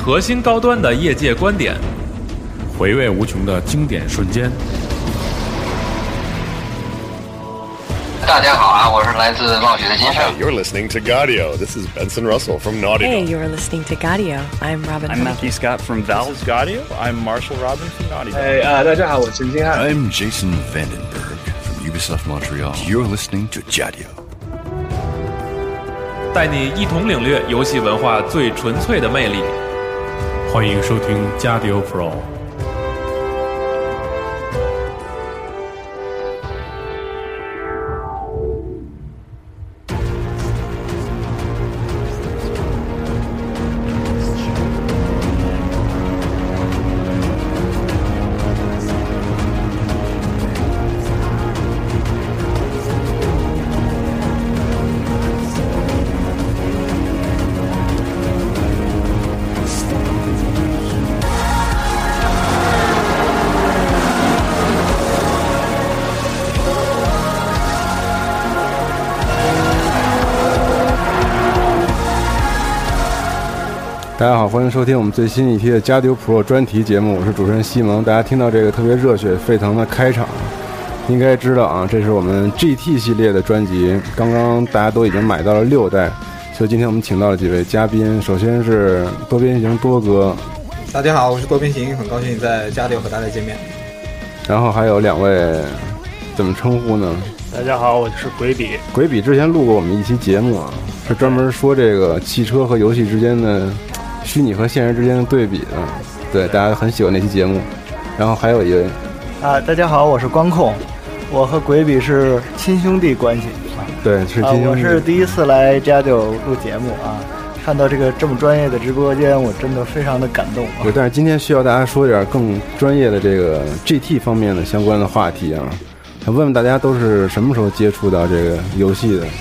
核心高端的业界观点， 回味无穷的经典瞬间。 大家好啊，我是来自暴雪的金盛。 You're listening to Gaudio. This is Benson Russell from Naughty Dog. Hey, you're listening to Gaudio. I'm Robin. I'm Matthew Scott from Valve. This is Gaudio. I'm Marshall Robin from Naughty Dog. Hey, 大家好，我是金瀚。 I'm Jason Vandenberg from Ubisoft Montreal. You're listening to Gaudio. 带你一同领略游戏文化最纯粹的魅力。 欢迎收听Gaudio Pro。 大家好，欢迎收听我们最新一期的Gaudio Pro 专题节目，我是主持人西蒙。大家听到这个特别热血沸腾的开场，应该知道啊，这是我们 GT 系列的专辑。刚刚大家都已经买到了6代，所以今天我们请到了几位嘉宾。首先是多边形多哥， 大家好，我是多边形，很高兴在Gaudio和大家见面。 然后还有2位，怎么称呼呢？ 大家好，我是鬼笔。 鬼笔之前录过我们一期节目啊，是专门说这个汽车和游戏之间的虚拟和现实之间的对比的，对，大家很喜欢那期节目。然后还有一位大家好，我是光控，我和鬼笔是亲兄弟关系对，是亲兄弟。 我是第一次来Gaudio录节目啊，看到这么专业的直播间，我真的非常的感动对，但是今天需要大家说点更专业的这个 GT 方面的相关的话题啊。想问问大家都是什么时候接触到这个游戏的？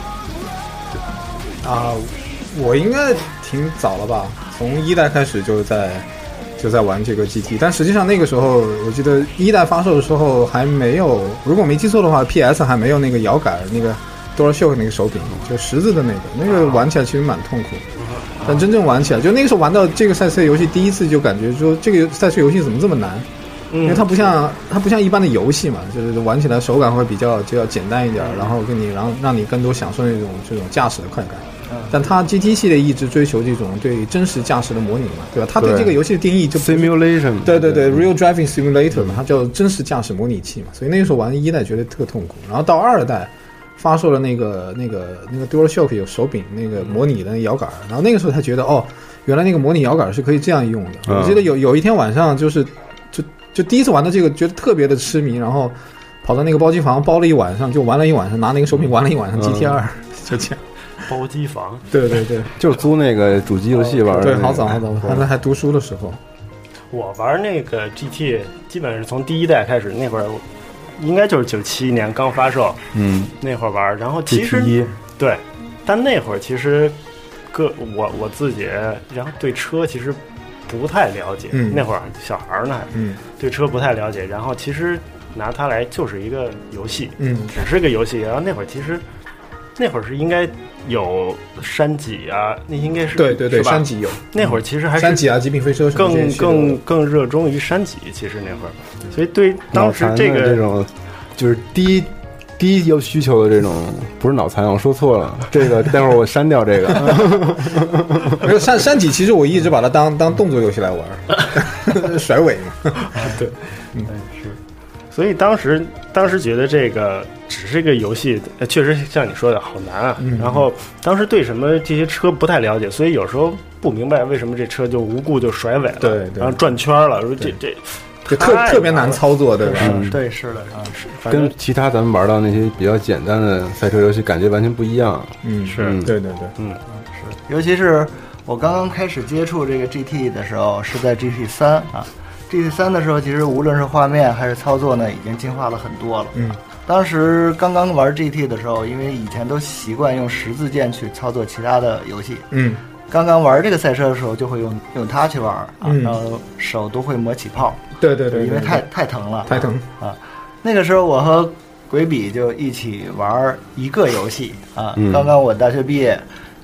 我应该挺早了吧，从1代开始就在玩这个 GT， 但实际上那个时候我记得1代发售的时候还没有，如果没记错的话 PS 还没有那个摇杆那个 DualShock 那个手柄，就十字的那个玩起来其实蛮痛苦，但真正玩起来就那个时候玩到这个赛车游戏第一次就感觉说这个赛车游戏怎么这么难，因为它不像一般的游戏嘛，就是玩起来手感会比较就要简单一点，然后让你更多享受这种驾驶的快感。但它 GT 系列一直追求这种对真实驾驶的模拟嘛，对吧？它对这个游戏的定义就 simulation， 对 real driving simulator 嘛，它叫真实驾驶模拟器嘛。所以那个时候玩1代觉得特痛苦，然后到2代发售了那个 DualShock 有手柄那个模拟的摇杆，然后那个时候才觉得原来那个模拟摇杆是可以这样用的。我记得有一天晚上就第一次玩到这个，觉得特别的痴迷，然后跑到那个包机房包了一晚上，就玩了一晚上，拿那个手柄玩了一晚上 GT2，就这样。 包机房， 对， 就是租那个主机游戏玩的。 对，好早，还读书的时候。 我玩那个 GT 基本是从第1代开始，那会儿应该就是97年刚发售，那会儿玩。然后其实 GT1 对，但那会儿其实我自己，然后对车其实不太了解，那会儿小孩呢，对车不太了解。然后其实拿它来就是一个游戏，只是个游戏。然后那会儿是应该有山脊啊，那应该是对，山脊有。 那会儿其实还是山脊啊，极品飞车什么更热衷于山脊。其实那会儿，所以对当时这种就是第一有需求的这种，不是脑残，我说错了。这个待会儿我删掉这个。 没有山脊，其实我一直把它当动作游戏来玩，甩尾嘛。对， 是。所以当时觉得这个只是一个游戏，确实像你说的好难啊。然后当时对什么这些车不太了解，所以有时候不明白为什么这车就无故就甩尾了， 对， 然后转圈了，说这就特别难操作，对吧？ 对，是的啊， 是跟其他咱们玩到那些比较简单的赛车游戏感觉完全不一样。 是， 对， 是，尤其是我刚刚开始接触这个 GT 的时候，是在 GT3 啊。GT3 的时候，其实无论是画面还是操作呢，已经进化了很多了。当时刚刚玩 GT 的时候，因为以前都习惯用十字键去操作其他的游戏，刚刚玩这个赛车的时候，就会用它去玩然后手都会磨起泡。 对， 因为太疼了， 太疼啊！那个时候我和鬼笔就一起玩一个游戏啊。刚刚我大学毕业，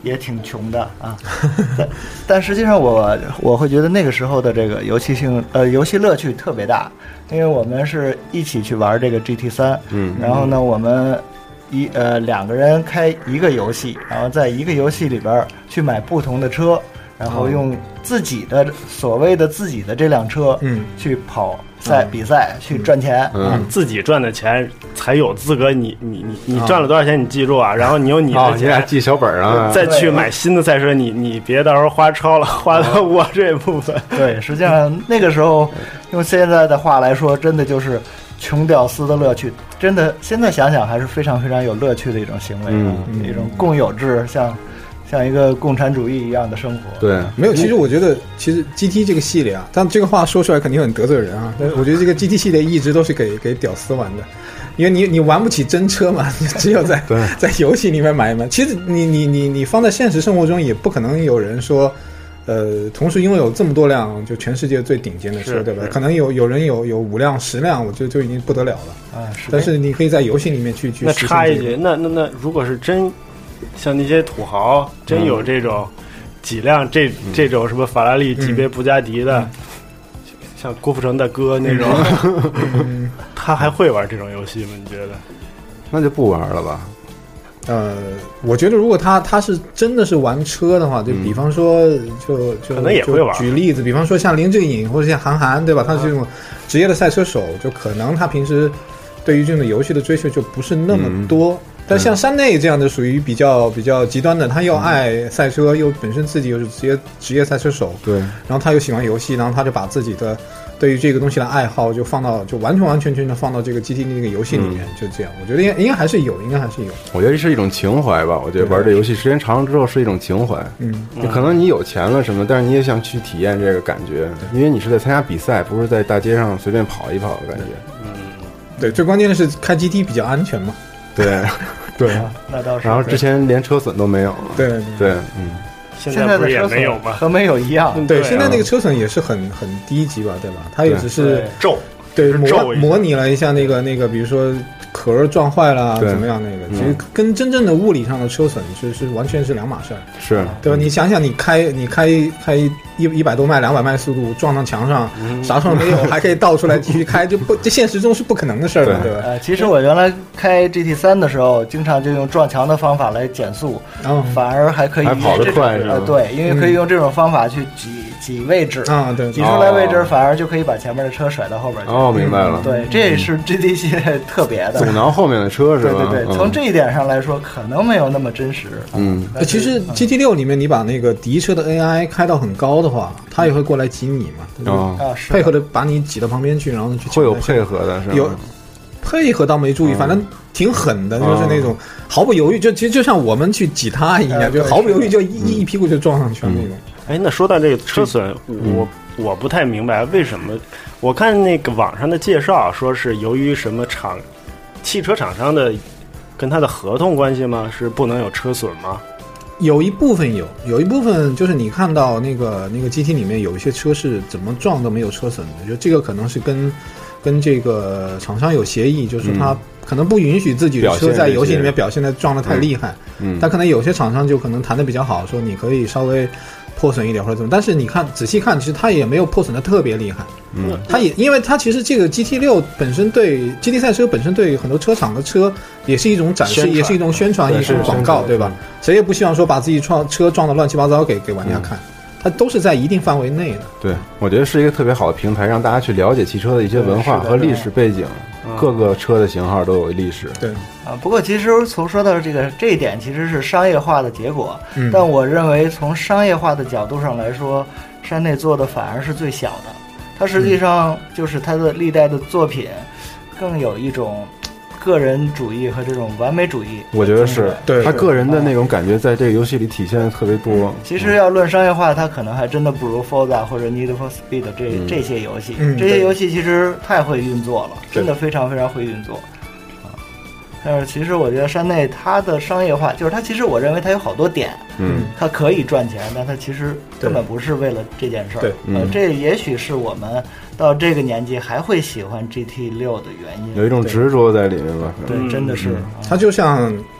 也挺穷的啊。但实际上我会觉得那个时候的这个游戏乐趣特别大，因为我们是一起去玩这个 GT3，然后呢我们两个人开一个游戏，然后在一个游戏里边去买不同的车，然后用自己的所谓的自己的这辆车去跑比赛去赚钱， 自己赚的钱才有资格你赚了多少钱你记住啊，然后你用你的钱你俩记小本上再去买新的赛车，你别到时候花超了，花到我这部分。 对，实际上那个时候用现在的话来说，真的就是穷屌丝的乐趣，真的现在想想还是非常非常有乐趣的一种行为，一种共有制，像一个共产主义一样的生活。 对， 没有。其实我觉得，其实 GT 这个系列啊，但这个话说出来肯定很得罪人啊。但是我觉得这个 GT 系列一直都是给屌丝玩的，因为你玩不起真车嘛，你只有在游戏里面买一买。其实你放在现实生活中也不可能有人说，同时拥有这么多辆就全世界最顶尖的车，对吧？可能有人有5辆10辆，我觉得就已经不得了了啊。但是你可以在游戏里面去那插一句，那如果是真。像那些土豪真有这种几辆这种什么法拉利级别布加迪的，像郭富城的歌那种，他还会玩这种游戏吗？你觉得？ 那就不玩了吧。 我觉得如果他是真的是玩车的话，就比方说就可能也会玩。 举例子，比方说像林志颖或者像韩寒，对吧？他是这种职业的赛车手，就可能他平时对于这种游戏的追求就不是那么多。但像山内这样的属于比较极端的，他又爱赛车，又本身自己又是职业赛车手， 对， 然后他又喜欢游戏，然后他就把自己的对于这个东西的爱好就完全的放到这个 GT 那个游戏里面，就这样。我觉得应该还是有。 我觉得是一种情怀吧。我觉得玩这游戏时间长了之后是一种情怀。就可能你有钱了什么，但是你也想去体验这个感觉，因为你是在参加比赛，不是在大街上随便跑一跑的感觉。 对，最关键的是开 GT 比较安全嘛。 对， 那倒是。 然后之前连车损都没有了。对， 现在不是也没有吗？ 和没有一样。 对，现在那个车损也是很低级吧，对吧？它也只是皱， 模拟了一下那个，比如说壳撞坏了怎么样那个，其实跟真正的物理上的车损是完全是两码事儿， 是对吧？你想想，你开100多迈、200迈速度撞到墙上，啥事没有，还可以倒出来继续开，这现实中是不可能的事儿的，对吧？ 其实我原来开 GT3 的时候，经常就用撞墙的方法来减速，反而还可以跑得快， 对，因为可以用这种方法去挤位置啊，对， 挤出来位置，反而就可以把前面的车甩到后边去。 哦，明白了。 对，这也是 GT 系列特别的， 阻挠后面的车是吧？ 对，从这一点上来说，可能没有那么真实。 其实 GT6 里面你把那个敌车的 AI 开到很高的话，它也会过来挤你嘛，配合的把你挤到旁边去，然后去会有配合的，是吧？ 有配合倒没注意，反正挺狠的，就是那种毫不犹豫，其实就像我们去挤他一样，就毫不犹豫就一屁股就撞上去了那种。 那说到这个车损，我不太明白为什么。我看那个网上的介绍说是由于什么汽车厂商的跟他的合同关系吗？是不能有车损吗？ 有一部分有一部分就是你看到那个 GT 里面有一些车是怎么撞都没有车损的，就这个可能是跟这个厂商有协议，就是他可能不允许自己的车在游戏里面表现的撞得太厉害，但可能有些厂商就可能谈的比较好，说你可以稍微破损一点或者怎么，但是你看仔细看，其实它也没有破损的特别厉害。它也因为它其实这个 GT6 本身对 GT 赛车本身对很多车厂的车也是一种展示，也是一种宣传，也是广告，对吧？谁也不希望说把自己车撞得乱七八糟给玩家看。它都是在一定范围内的。 对，我觉得是一个特别好的平台，让大家去了解汽车的一些文化和历史背景，各个车的型号都有历史。 对不过其实从说到这一点，其实是商业化的结果。但我认为从商业化的角度上来说，山内做的反而是最小的。它实际上就是它的历代的作品，更有一种个人主义和这种完美主义。 我觉得是他个人的那种感觉在这个游戏里体现的特别多。 其实要论商业化，它可能还真的不如 Forza 或者 Need for Speed 这些游戏。这些游戏其实太会运作了，真的非常非常会运作。但是其实我觉得山内它的商业化，就是它其实我认为它有好多点，它可以赚钱，但它其实根本不是为了这件事儿。这也许是我们到这个年纪还会喜欢 GT6 的原因， 有一种执着在里面吧。 对，真的是。 它就像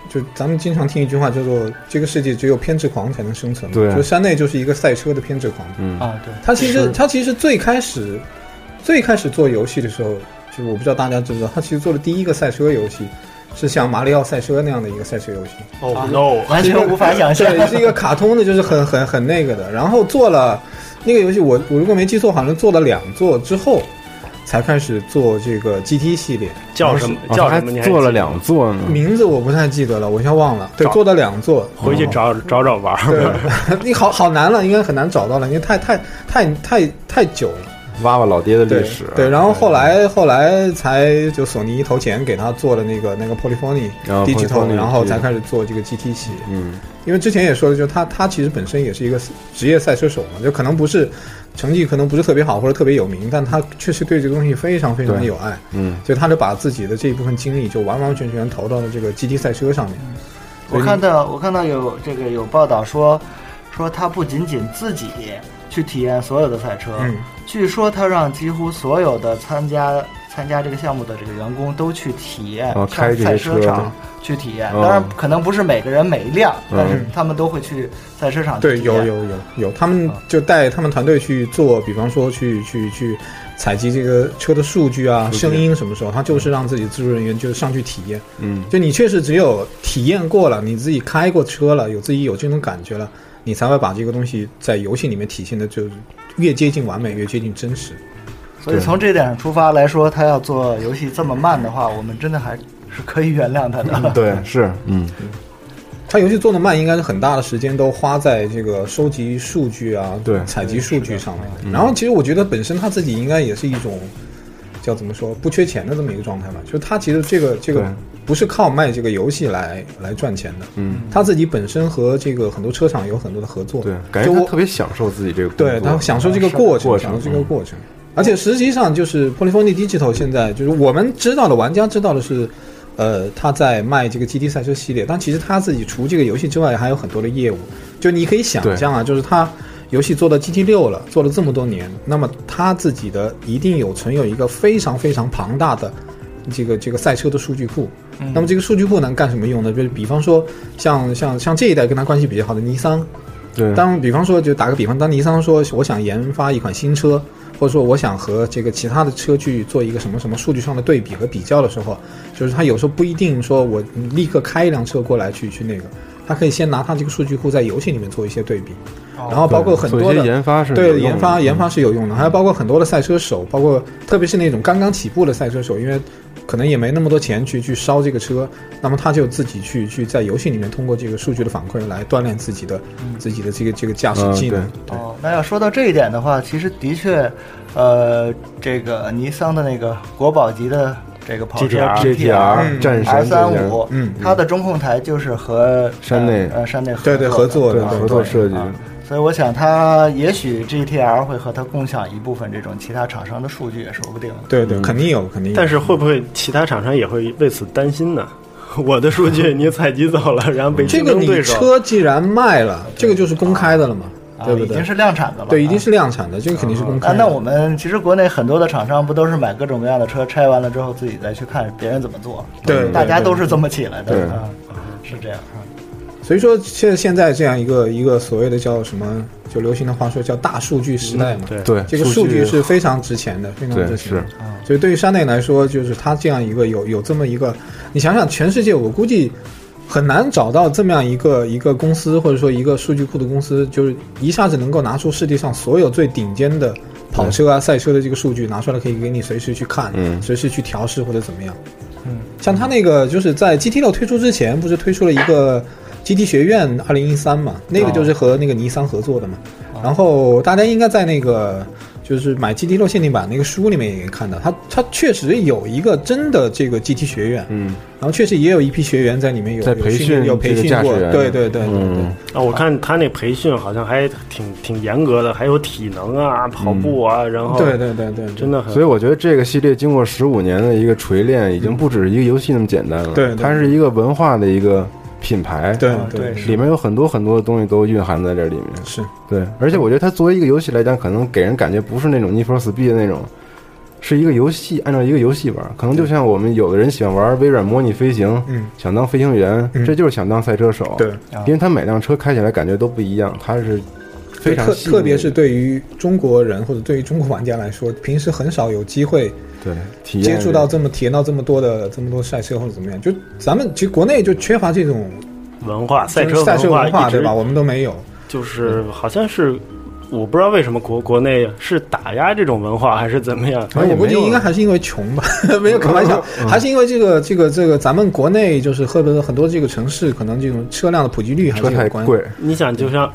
就咱们经常听一句话叫做“这个世界只有偏执狂才能生存”， 对， 就山内就是一个赛车的偏执狂。 对， 他其实最开始做游戏的时候，就是我不知道大家知不知道，他其实做的第一个赛车游戏是像马里奥赛车那样的一个赛车游戏。 no， 完全无法想象， 对，是一个卡通的，就是很那个的。然后做了那个游戏，我如果没记错，好像做了2座之后，才开始做这个 GT 系列。 叫什么？ 还做了2座呢？ 名字我不太记得了，我先忘了。对，做了2座， 回去找玩。 对，你好难了，应该很难找到了，因为太久了。 挖挖老爹的历史。 对，然后后来才就索尼投钱给他做了那个 Polyphony Digital， 然后才开始做这个 GT 系列。因为之前也说的，就他其实本身也是一个职业赛车手嘛，就可能不是成绩可能不是特别好或者特别有名，但他确实对这个东西非常非常的有爱。所以他就把自己的这一部分精力就完完全全投到了这个 GT 赛车上面。 我看到有报道说他不仅仅自己去体验所有的赛车，据说他让几乎所有的参加这个项目的这个员工都去体验， 开赛车场去体验。当然可能不是每个人每一辆，但是他们都会去赛车场去体验。 对，有，他们就带他们团队去做，比方说去采集这个车的数据啊、声音什么时候，他就是让自己技术人员就是上去体验。就你确实只有体验过了，你自己开过车了，自己有这种感觉了，你才会把这个东西在游戏里面体现的就是越接近完美，越接近真实。 所以从这点上出发来说，他要做游戏这么慢的话，我们真的还是可以原谅他的。 对，是， 他游戏做的慢，应该是很大的时间都花在这个收集数据啊、 对， 采集数据上面。然后其实我觉得本身他自己应该也是一种叫怎么说不缺钱的这么一个状态吧，就是他其实这个不是靠卖这个游戏来赚钱的，他自己本身和这个很多车厂有很多的合作， 对，感觉他特别享受自己这个工作， 对，他享受这个过程，而且实际上就是 Polyphony Digital 现在就是我们知道的玩家知道的是，他在卖这个 GT 赛车系列，但其实他自己除这个游戏之外还有很多的业务，就你可以想象啊，就是他游戏做到 GT6 了，做了这么多年，那么他自己的一定存有一个非常非常庞大的这个赛车的数据库。那么这个数据库能干什么用呢？就是比方说像这一代跟他关系比较好的尼桑， 对， 当比方说就打个比方，当尼桑说我想研发一款新车，或者说我想和这个其他的车去做一个什么什么数据上的对比和比较的时候，就是他有时候不一定说我立刻开一辆车过来去那个，他可以先拿他这个数据库在游戏里面做一些对比，然后包括很多的研发是对研发是有用的，还有包括很多的赛车手，包括特别是那种刚刚起步的赛车手，因为可能也没那么多钱去烧这个车，那么他就自己去在游戏里面通过这个数据的反馈来锻炼自己的这个驾驶技能。 那要说到这一点的话，其实的确，这个尼桑的那个国宝级的这个跑车 GTR 战神 R35，它的中控台就是和山内合作设计。 所以我想，他也许 GTR 会和他共享一部分这种其他厂商的数据，也说不定。 对，肯定有。 但是会不会其他厂商也会为此担心呢？我的数据你采集走了，然后被竞争对手。 这个你车既然卖了，这个就是公开的了嘛，对不对？ 已经是量产的了。 对，已经是量产的，这个肯定是公开的。 那我们其实国内很多的厂商不都是买各种各样的车，拆完了之后自己再去看别人怎么做？ 对， 大家都是这么起来的啊，是这样啊。 所以说，现在这样一个所谓的叫什么，就流行的话说叫大数据时代嘛。 对， 这个数据是非常值钱的，非常值钱。所以对于山内来说，就是他这样一个有这么一个，你想想，全世界我估计很难找到这么样一个公司，或者说一个数据库的公司，就是一下子能够拿出世界上所有最顶尖的跑车啊、赛车的这个数据拿出来，可以给你随时去看，随时去调试或者怎么样。像他那个就是在 GT6 推出之前，不是推出了一个GT 学院2013嘛，那个就是和那个尼桑合作的嘛。然后大家应该在那个就是买 GT6 限定版那个书里面也可以看到，它确实有一个真的这个 GT 学院，然后确实也有一批学员在里面有培训过，对。 我看他那培训好像还挺严格的，还有体能啊、跑步啊，然后对， 真的很。 所以我觉得这个系列经过15年的一个锤炼，已经不只是一个游戏那么简单了， 对， 它是一个文化的一个品牌， 对， 里面有很多很多的东西都蕴含在这里面， 是对。而且我觉得它作为一个游戏来讲，可能给人感觉不是那种 Need for Speed 的那种是一个游戏，按照一个游戏玩，可能就像我们有的人喜欢玩微软模拟飞行，想当飞行员，这就是想当赛车手， 对， 因为他每辆车开起来感觉都不一样，它是非常特别是对于中国人或者对于中国玩家来说，平时很少有机会对体验接触到体验到这么多赛车或者怎么样，就咱们其实国内就缺乏这种文化，赛车文化对吧？我们都没有， 就是好像是。我不知道为什么国内是打压这种文化还是怎么样？ 我估计应该还是因为穷吧，没有开玩笑，还是因为这个咱们国内就是很多这个城市可能这种车辆的普及率还是有关。 贵。 你想，就像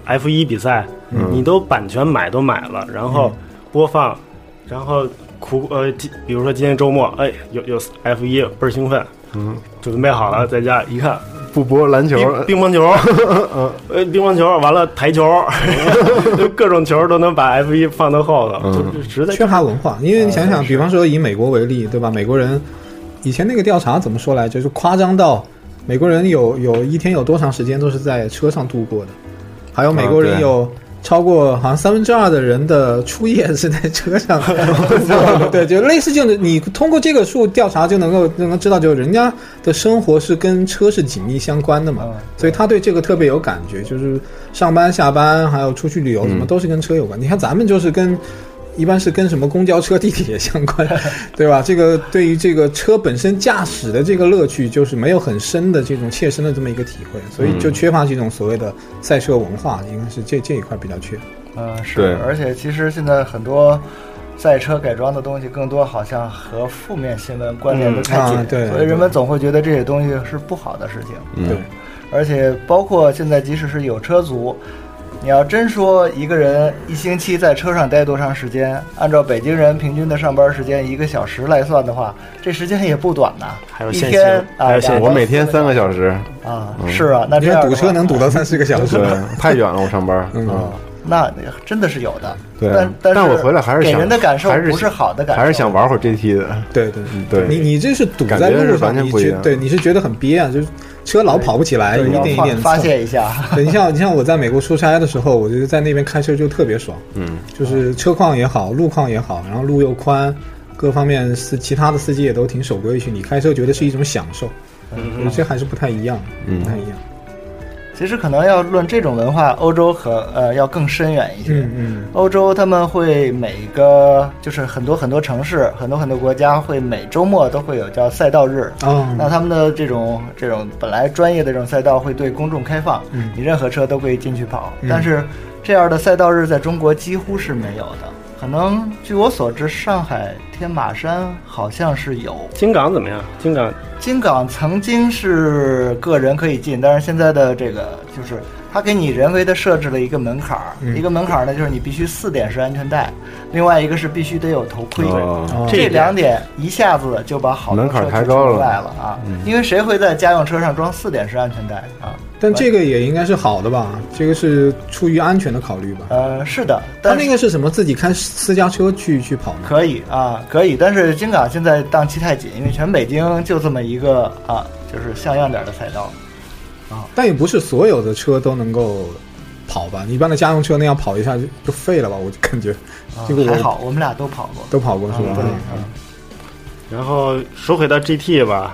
F1 比赛，你都版权买了，然后播放，然后比如说今天周末，哎，有 F1 倍儿兴奋，就准备好了，在家一看。 不播篮球、 乒乓球，乒乓球完了台球，各种球都能把 F1 放到后头，就实在缺乏文化。因为你想想，比方说以美国为例，对吧？美国人以前那个调查怎么说来着？就夸张到美国人有一天有多长时间都是在车上度过的，还有美国人有。超过好像2/3的人的初夜是在车上，对，就类似这样的。你通过这个数调查就能够知道，就人家的生活是跟车是紧密相关的嘛，所以他对这个特别有感觉，就是上班下班还有出去旅游什么都是跟车有关。你看咱们就是一般是跟什么公交车、地铁相关，对吧？这个对于这个车本身驾驶的这个乐趣，就是没有很深的这种切身的这么一个体会，所以就缺乏这种所谓的赛车文化，应该是这一块比较缺。 是，而且其实现在很多赛车改装的东西，更多好像和负面新闻关联的太紧， 对， 所以人们总会觉得这些东西是不好的事情。 对， 而且包括现在，即使是有车族。你要真说一个人1星期在车上待多长时间，按照北京人平均的上班时间1个小时来算的话，这时间也不短呐。 还有一天我每天3个小时啊，是啊，那这样堵车能堵到3-4个小时， 太远了，我上班。 那真的是有的。 对，但我回来还是给人的感受不是好的感受， 还是想玩会儿 GT 的。 对，你这是堵在路上，你是觉得很憋啊，就是车老跑不起来，一点一点发泄一下。 对，你像我在美国出差的时候，我觉得在那边开车就特别爽。就是车况也好，路况也好，然后路又宽，各方面其他的司机也都挺守规矩，你开车觉得是一种享受。这还是不太一样，不太一样。 其实可能要论这种文化，欧洲要更深远一些。欧洲他们会每个就是很多城市，很多国家会每周末都会有叫赛道日。那他们的这种本来专业的这种赛道会对公众开放，你任何车都可以进去跑。但是这样的赛道日在中国几乎是没有的。可能据我所知，上海天马山好像是有。 京港怎么样？ 京港曾经是个人可以进，但是现在的这个就是他给你人为的设置了一个门槛一个门槛呢就是你必须4点是安全带，另外一个是必须得有头盔。这2点一下子就把好多车门槛抬高了啊！因为谁会在家用车上装4点式安全带啊？ 但这个也应该是好的吧？这个是出于安全的考虑吧？ 是的。 他那个是什么？自己开私家车去跑吗？ 可以啊，可以。但是京港现在档期太紧，因为全北京就这么一个就是像样点的赛道但也不是所有的车都能够跑吧？一般的家用车那样跑一下就废了吧？我就感觉这个还好，我们俩都跑过， 是吧？ 然后说回到 GT 吧，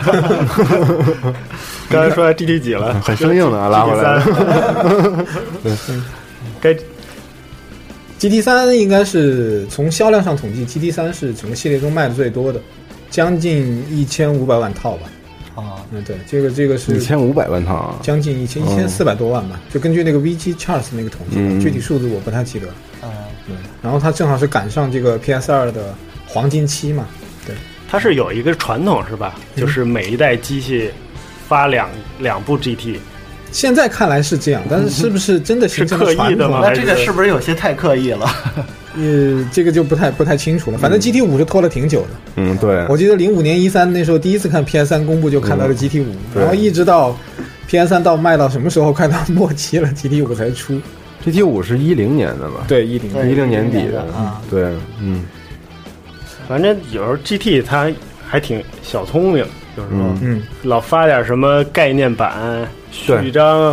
刚才说 GT 几了， 很生硬的拉回来了。 该 GT3 应该是从销量上统计 ，GT3 是整个系列中卖的最多的，将近1500万套吧。对，这个是 1500万套啊， 将近1400多万吧，就根据那个 VG Charts 那个统计，具体数字我不太记得。然后它正好是赶上这个 PS2 的黄金期嘛。对， 它是有一个传统是吧？就是每一代机器发两部 GT。 现在看来是这样，但是是不是真的形成了传统？ 那这个是不是有些太刻意了？ 这个就不太清楚了。反正 GT5 是拖了挺久的。 对。 我记得05年13那时候第一次看 PS3 公布就看到了 GT5，然后一直到 PS3 到卖到什么时候快到末期了 ，GT5 才出。 GT5 是10年的吧？ 对，10 年底的。对， 反正有时候 GT 它还挺小聪明，就是说，老发点什么概念版、序章，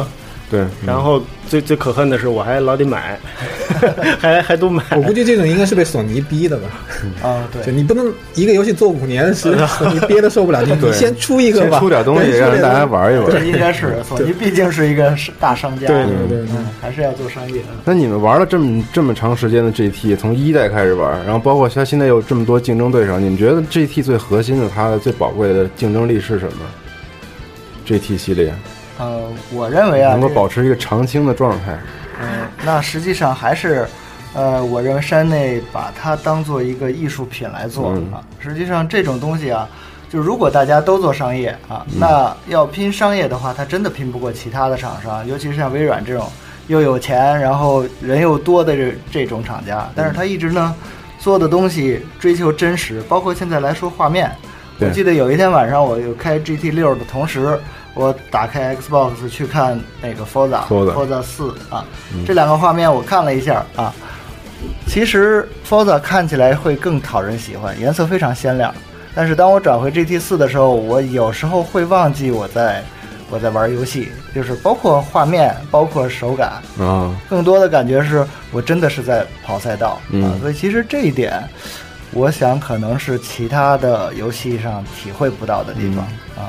对， 然后最可恨的是我还老得买，还都买。 我估计这种应该是被索尼逼的吧？ 啊，对， 就你不能一个游戏做5年，是索尼憋得受不了，你先出一个吧， 先出点东西让大家玩一玩。 这应该是索尼，毕竟是一个大商家， 对， 还是要做商业。 那你们玩了这么长时间的 GT， 从1代开始玩，然后包括它现在有这么多竞争对手，你们觉得 GT 最核心的它的最宝贵的竞争力是什么 ？GT 系列？ 我认为啊， 能够保持一个常青的状态。 那实际上还是，我认为山内把它当做一个艺术品来做啊。实际上这种东西啊，就如果大家都做商业啊，那要拼商业的话，它真的拼不过其他的厂商，尤其是像微软这种又有钱，然后人又多的这种厂家。但是它一直呢做的东西追求真实，包括现在来说画面。我记得有一天晚上，我有开 GT6的同时。我打开 Xbox 去看那个 Forza 4啊，这2个画面我看了一下啊，其实 Forza 看起来会更讨人喜欢，颜色非常鲜亮。但是当我转回 GT4 的时候，我有时候会忘记我在玩游戏，就是包括画面，包括手感啊，更多的感觉是我真的是在跑赛道啊。所以其实这一点，我想可能是其他的游戏上体会不到的地方啊。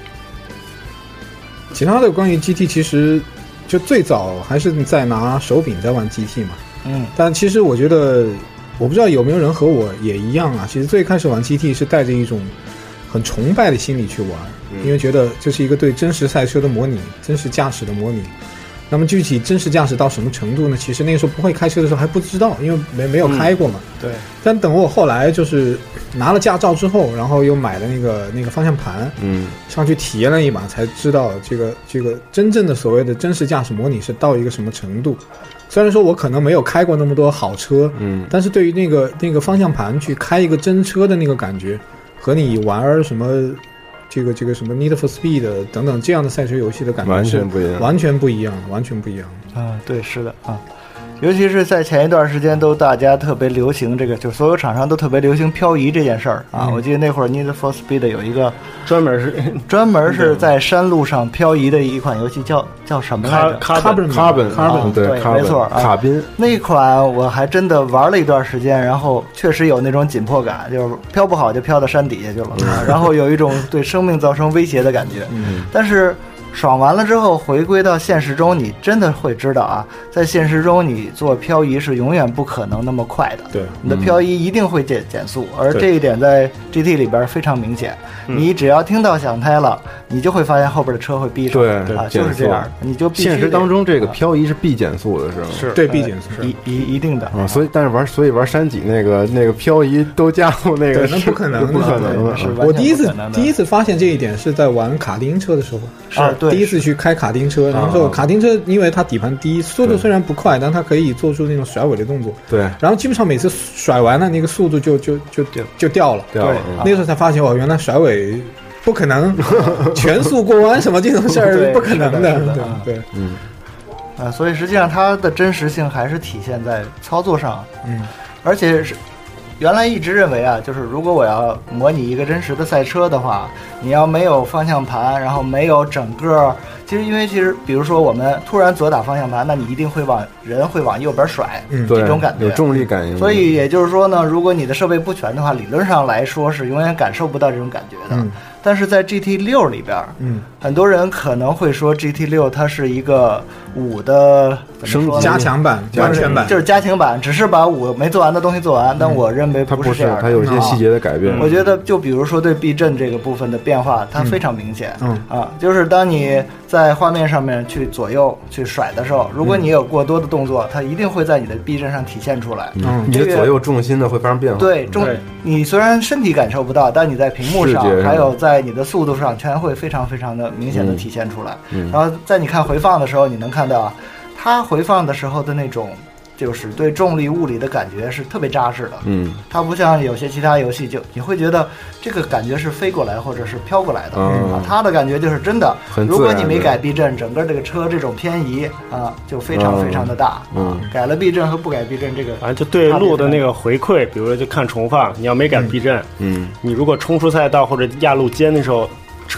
其他的关于 GT 其实就最早还是在拿手柄在玩 GT 嘛，但其实我觉得我不知道有没有人和我也一样啊，其实最开始玩 GT 是带着一种很崇拜的心理去玩，因为觉得这是一个对真实赛车的模拟，真实驾驶的模拟。那么具体真实驾驶到什么程度呢？其实那个时候不会开车的时候还不知道，因为没有开过嘛。 对。 但等我后来就是拿了驾照之后，然后又买了那个方向盘，上去体验了一把，才知道这个真正的所谓的真实驾驶模拟是到一个什么程度。虽然说我可能没有开过那么多好车，但是对于那个方向盘去开一个真车的那个感觉，和你玩什么。这个什么 Need for Speed 等等这样的赛车游戏的感觉完全不一样， 完全不一样，完全不一样啊！对，是的啊，尤其是在前一段时间都大家特别流行这个，就所有厂商都特别流行漂移这件事儿啊。我记得那会儿 Need for Speed 有一个专门是在山路上漂移的一款游戏，叫什么来着 ？Carbon， 对，没错， 卡宾。 那款我还真的玩了一段时间，然后确实有那种紧迫感，就是飘不好就飘到山底下去了，然后有一种对生命造成威胁的感觉。但是爽完了之后，回归到现实中，你真的会知道啊，在现实中你做漂移是永远不可能那么快的， 对， 你的漂移一定会减速，而这一点在 GT 里边非常明显。你只要听到响胎了，你就会发现后边的车会逼上， 对啊，就是这样，你就必须。 现实当中这个漂移是必减速的，是吗？ 是对，必减速， 一定的啊。所以玩山脊那个漂移都加入那个， 那不可能， 不可能的。 我第一次发现这一点是在玩卡丁车的时候， 是第一次去开卡丁车，然后卡丁车因为它底盘低，速度虽然不快，但它可以做出那种甩尾的动作。 对， 然后基本上每次甩完了，那个速度就掉了。 对， 那个时候才发现原来甩尾不可能，全速过弯什么这种事儿不可能的。对， 所以实际上它的真实性还是体现在操作上。而且是。原来一直认为啊，就是如果我要模拟一个真实的赛车的话，你要没有方向盘，然后没有整个，其实比如说我们突然左打方向盘，那你一定会往右边甩，这种感觉有重力感应。 所以也就是说呢，如果你的设备不全的话，理论上来说是永远感受不到这种感觉的。但是在 GT6 里边，很多人可能会说 GT6 它是一个5的加强版、完全版， 就是加强版，只是把5没做完的东西做完。但我认为不是这样的， 它有一些细节的改变。 我觉得就比如说对避震这个部分的变化，它非常明显。就是当你在画面上面去左右去甩的时候，如果你有过多的动作，它一定会在你的避震上体现出来。 你的左右重心呢会发生变化。 对，你虽然身体感受不到，但你在屏幕上还有在你的速度上全会非常非常的明显的体现出来。然后在你看回放的时候，你能看到它回放的时候的那种就是对重力物理的感觉是特别扎实的。它不像有些其他游戏，就你会觉得这个感觉是飞过来或者是飘过来的。它的感觉就是真的，如果你没改避震，整个这个车这种偏移就非常非常的大。改了避震和不改避震这个， 反正就对路的那个回馈，比如说就看重放，你要没改避震，你如果冲出赛道或者压路肩的时候，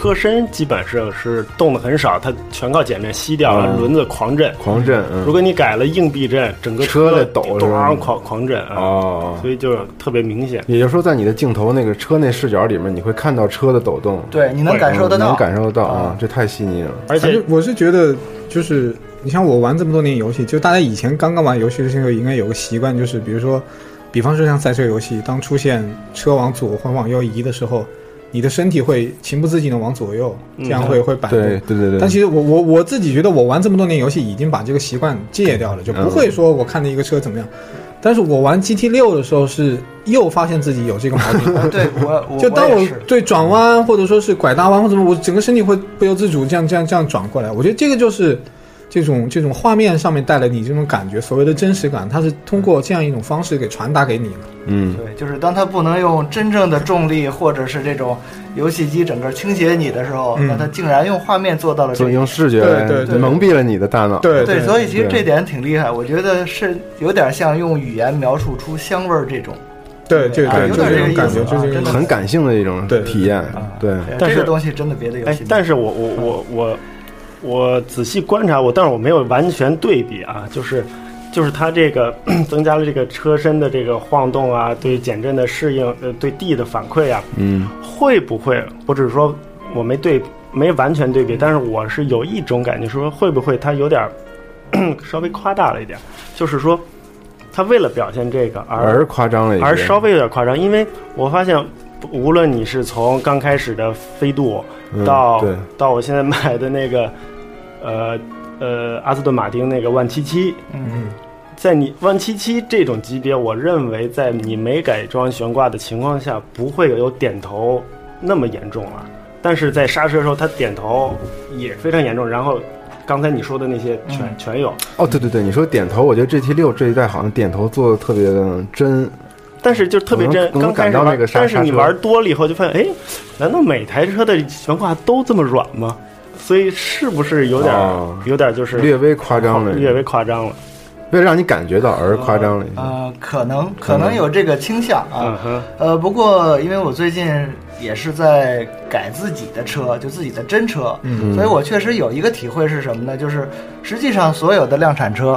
车身基本上是动的很少，它全靠减震吸掉了，轮子狂震。如果你改了硬避震，整个车在抖， 狂震啊，所以就特别明显。 也就是说，在你的镜头那个车内视角里面，你会看到车的抖动， 对，你能感受得到， 能感受得到啊，这太细腻了。 而且我是觉得，就是你像我玩这么多年游戏，就大家以前刚刚玩游戏的时候，应该有个习惯，就是比方说像赛车游戏，当出现车往左或往右移的时候，你的身体会情不自禁的往左右，这样会摆动。 对。 但其实我自己觉得，我玩这么多年游戏，已经把这个习惯戒掉了，就不会说我看着一个车怎么样。但是我玩 GT6 的时候，是又发现自己有这个毛病。 对，我就当我对转弯或者说是拐大弯或者什么，我整个身体会不由自主这样转过来。我觉得这个就是这种画面上面带来你这种感觉，所谓的真实感，它是通过这样一种方式给传达给你了。 对，就是当它不能用真正的重力或者是这种游戏机整个倾斜你的时候，那它竟然用画面做到了这个， 用视觉蒙蔽了你的大脑。 对，所以其实这点挺厉害，我觉得是有点像用语言描述出香味这种。 对， 有点这个感觉， 就是很感性的一种体验。对， 但是这个东西真的别的游戏。 但是我仔细观察但是我没有完全对比啊，就是它这个增加了这个车身的这个晃动啊，对减震的适应，对地的反馈啊，会不会？我只是说我没完全对比，但是我是有一种感觉，说会不会它有点稍微夸大了一点，就是说它为了表现这个而夸张了一点， 而稍微有点夸张，因为我发现无论你是从刚开始的飞度到我现在买的那个阿斯顿马丁那个177，在你177这种级别，我认为在你没改装悬挂的情况下，不会有点头那么严重了。但是在刹车的时候，它点头也非常严重。然后刚才你说的那些全有。 哦，对，你说点头，我觉得 GT6 这一代好像点头做的特别的真。 但是就特别真，刚开始玩，但是你玩多了以后就发现，难道每台车的悬挂都这么软吗？所以是不是有点就是略微夸张了？为了让你感觉到而夸张了一下。 可能有这个倾向啊。不过因为我最近也是在改自己的车，就自己的真车，所以我确实有一个体会是什么呢？就是实际上所有的量产车，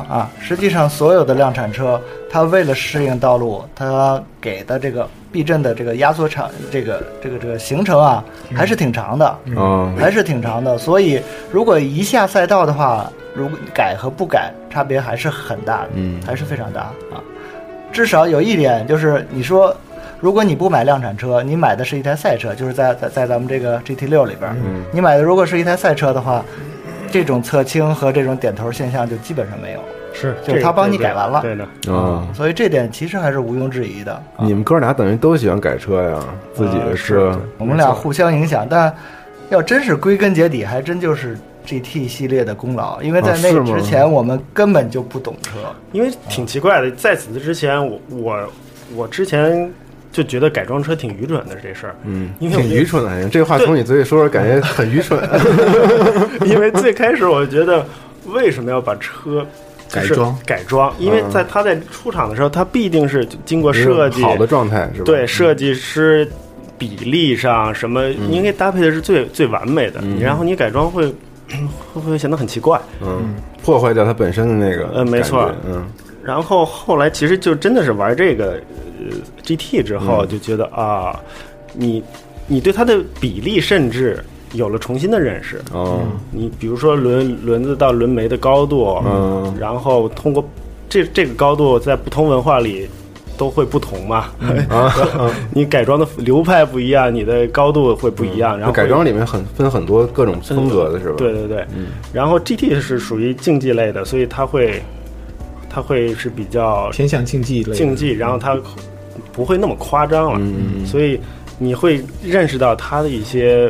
它为了适应道路，它给的这个避震的这个压缩长，这个行程啊，还是挺长的。所以如果一下赛道的话，如果改和不改差别还是很大的，还是非常大啊。至少有一点就是，你说如果你不买量产车，你买的是一台赛车，就是在咱们这个 GT6 里边，你买的如果是一台赛车的话，这种侧倾和这种点头现象就基本上没有。就是他帮你改完了， 对的所以这点其实还是毋庸置疑的。 你们哥俩等于都喜欢改车呀，自己的车， 我们俩互相影响，但要真是归根结底，还真就是 GT 系列的功劳，因为在那之前我们根本就不懂车。 因为挺奇怪的，在此之前，我之前就觉得改装车挺愚蠢的这事儿，因为挺愚蠢的。这话从你嘴里说，感觉很愚蠢。 因为最开始我觉得，为什么要把车改装？因为它在出厂的时候，它必定是经过设计好的状态，是吧？ 对，设计师比例上什么应该搭配的是最完美的，然后你改装会不会显得很奇怪？ 破坏掉它本身的那个没错。然后后来其实就真的是玩这个GT 之后，就觉得啊，你对它的比例甚至有了重新的认识。你比如说轮子到轮眉的高度，然后通过这个高度在不同文化里都会不同嘛。你改装的流派不一样，你的高度会不一样。然后改装里面分很多各种风格的是吧？ 对。然后 GT 是属于竞技类的，所以它会是比较偏向竞技， 然后它不会那么夸张了。所以你会认识到它的一些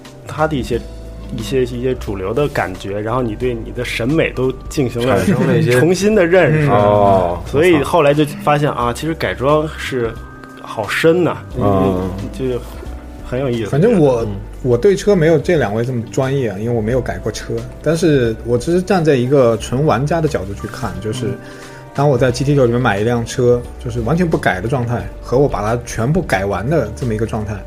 主流的感觉，然后你对你的审美都进行了重新的认识。所以后来就发现啊，其实改装是好深呐，就很有意思。 反正我对车没有这两位这么专业啊，因为我没有改过车，但是我只是站在一个纯玩家的角度去看，就是当我在 GT6 里面买一辆车，就是完全不改的状态，和我把它全部改完的这么一个状态，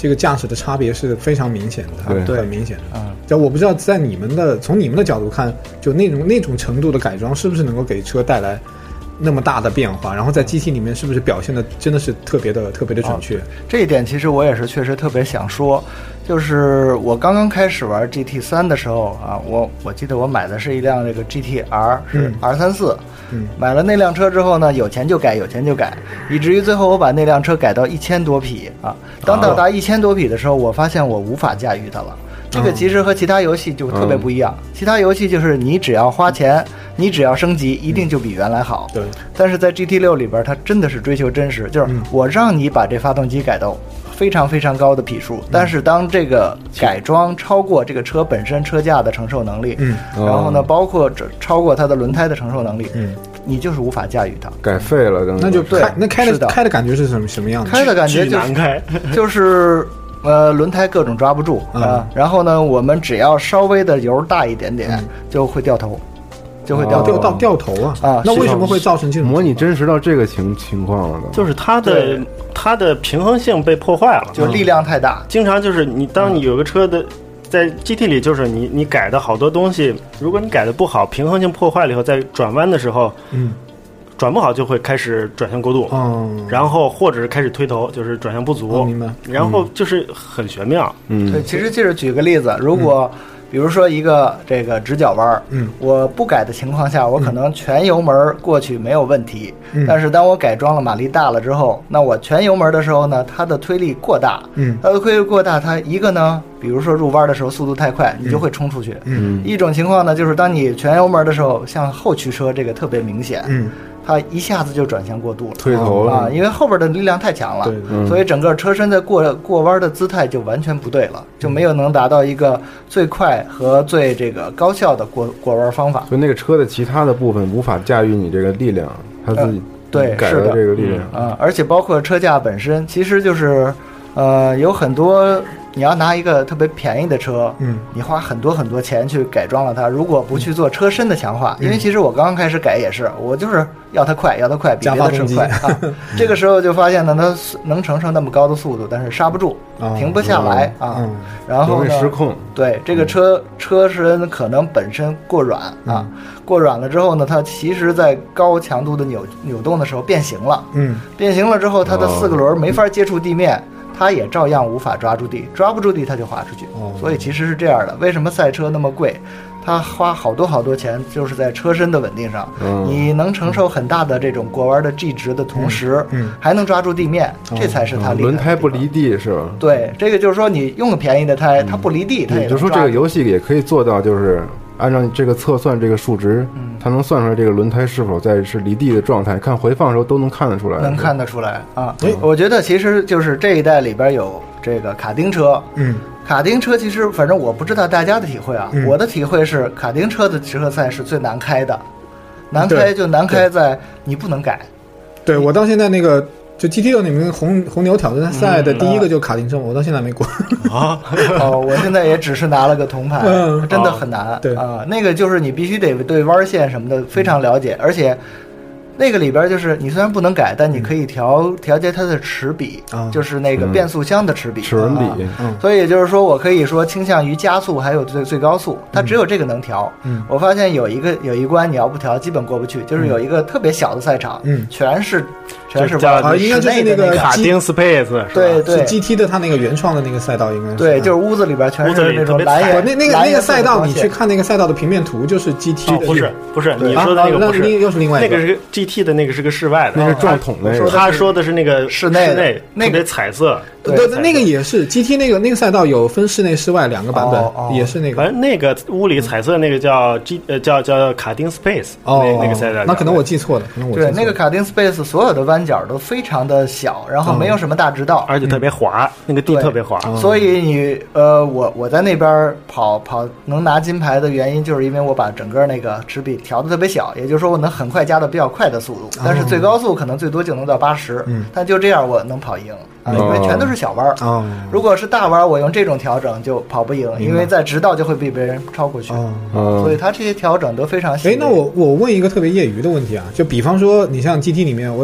这个驾驶的差别是非常明显的， 对， 很明显的。就我不知道在从你们的角度看，就那种程度的改装是不是能够给车带来那么大的变化，然后在 GT 里面是不是表现的真的是特别的准确？ 这一点其实我也是确实特别想说，就是我刚刚开始玩 GT3 的时候啊，我记得我买的是一辆这个 GTR 是 R34，买了那辆车之后呢，有钱就改，以至于最后我把那辆车改到1000多匹啊。当到达1000多匹的时候，我发现我无法驾驭它了。这个其实和其他游戏就特别不一样，其他游戏就是你只要花钱，你只要升级，一定就比原来好。 对。 但是在 GT6 里边，它真的是追求真实，就是我让你把这发动机改到非常非常高的匹数，但是当这个改装超过这个车本身车架的承受能力，然后呢，包括超过它的轮胎的承受能力，你就是无法驾驭它， 改废了， 那就开的感觉是什么样的？ 开的感觉就是轮胎各种抓不住啊，然后呢，我们只要稍微的油大一点点，就会掉头， 掉头啊！那为什么会造成这种模拟真实到这个情况了呢？ 就是它的平衡性被破坏了， 就力量太大。 经常就是当你有个车的在 GT 里，就是你改的好多东西，如果你改的不好，平衡性破坏了以后，在转弯的时候，转不好就会开始转向过度，然后或者是开始推头，就是转向不足， 明白？ 然后就是很玄妙。 对，其实就是举个例子，如果比如说一个这个直角弯，我不改的情况下，我可能全油门过去没有问题，但是当我改装了马力大了之后，那我全油门的时候呢，它的推力过大，它的推力过大，它一个呢，比如说入弯的时候速度太快，你就会冲出去。一种情况呢，就是当你全油门的时候，像后驱车这个特别明显，它一下子就转向过度了， 推头了啊，因为后边的力量太强了，所以整个车身在过弯的姿态就完全不对了，就没有能达到一个最快和最这个高效的过弯方法。 所以那个车的其他的部分无法驾驭你这个力量，它自己对改了这个力量而且包括车架本身，其实就是有很多。你要拿一个特别便宜的车，你花很多很多钱去改装了它，如果不去做车身的强化，因为其实我刚刚开始改也是，我就是要它快，比别的车快啊。这个时候就发现呢，它能承受那么高的速度，但是刹不住，停不下来啊。然后呢， 失控。 对，这个车身可能本身过软啊，过软了之后呢，它其实在高强度的扭动的时候变形了，变形了之后，它的4个轮没法接触地面。它也照样无法抓不住地，它就滑出去。所以其实是这样的，为什么赛车那么贵？它花好多钱，就是在车身的稳定上。你能承受很大的这种过弯的 G 值的同时，还能抓住地面，这才是它厉害的地方。 轮胎不离地是吧？ 对，这个就是说你用个便宜的胎，它不离地，它也能抓住。 就说这个游戏也可以做到，就是按照这个测算这个数值，它能算出来这个轮胎是否是离地的状态，看回放的时候都能看得出来。 能看得出来啊！我觉得其实就是这一代里边有这个卡丁车，卡丁车其实反正我不知道大家的体会啊，我的体会是卡丁车的车赛是最难开的，难开在你不能改。 对，我到现在那个。就 GT6 里面红牛挑战赛的第一个就卡丁车，我到现在没过啊。 我现在也只是拿了个铜牌，真的很难。 对啊，那个就是你必须得对弯线什么的非常了解，而且那个里边就是你虽然不能改，但你可以调节它的齿比，就是那个变速箱的齿比， 齿轮比。 所以也就是说，我可以说倾向于加速还有最高速，它只有这个能调。我发现有一关你要不调基本过不去，就是有一个特别小的赛场，全是叫应该就是那个卡丁 Space， 对， 是 GT 的它那个原创的那个赛道，应该是对，就是屋子里边全是那种蓝颜。 那个赛道，你去看那个赛道的平面图，就是 GT 的。 不是，你说的那个不是， 又是另外一个。 那个是 GT 的，那个是个室外的， 那是撞桶的。 他说的是那个室内， 特别彩色。 对，那个也是 GT 那个赛道有分室内室外2个版本，也是那个。 反正那个屋里彩色那个叫叫卡丁 Space， 那个赛道。 那可能我记错了， 对，那个卡丁 Space 所有的弯角都非常的小，然后没有什么大直道， 而且特别滑，那个地特别滑。 所以你我在那边跑能拿金牌的原因，就是因为我把整个那个齿比调的特别小，也就是说我能很快加到比较快的速度，但是最高速可能最多就能到80，但就这样我能跑赢。因为全都是小弯如果是大弯我用这种调整就跑不赢，因为在直道就会被别人超过去所以它这些调整都非常细。 那我问一个特别业余的问题啊，就比方说你像 GT 里面，我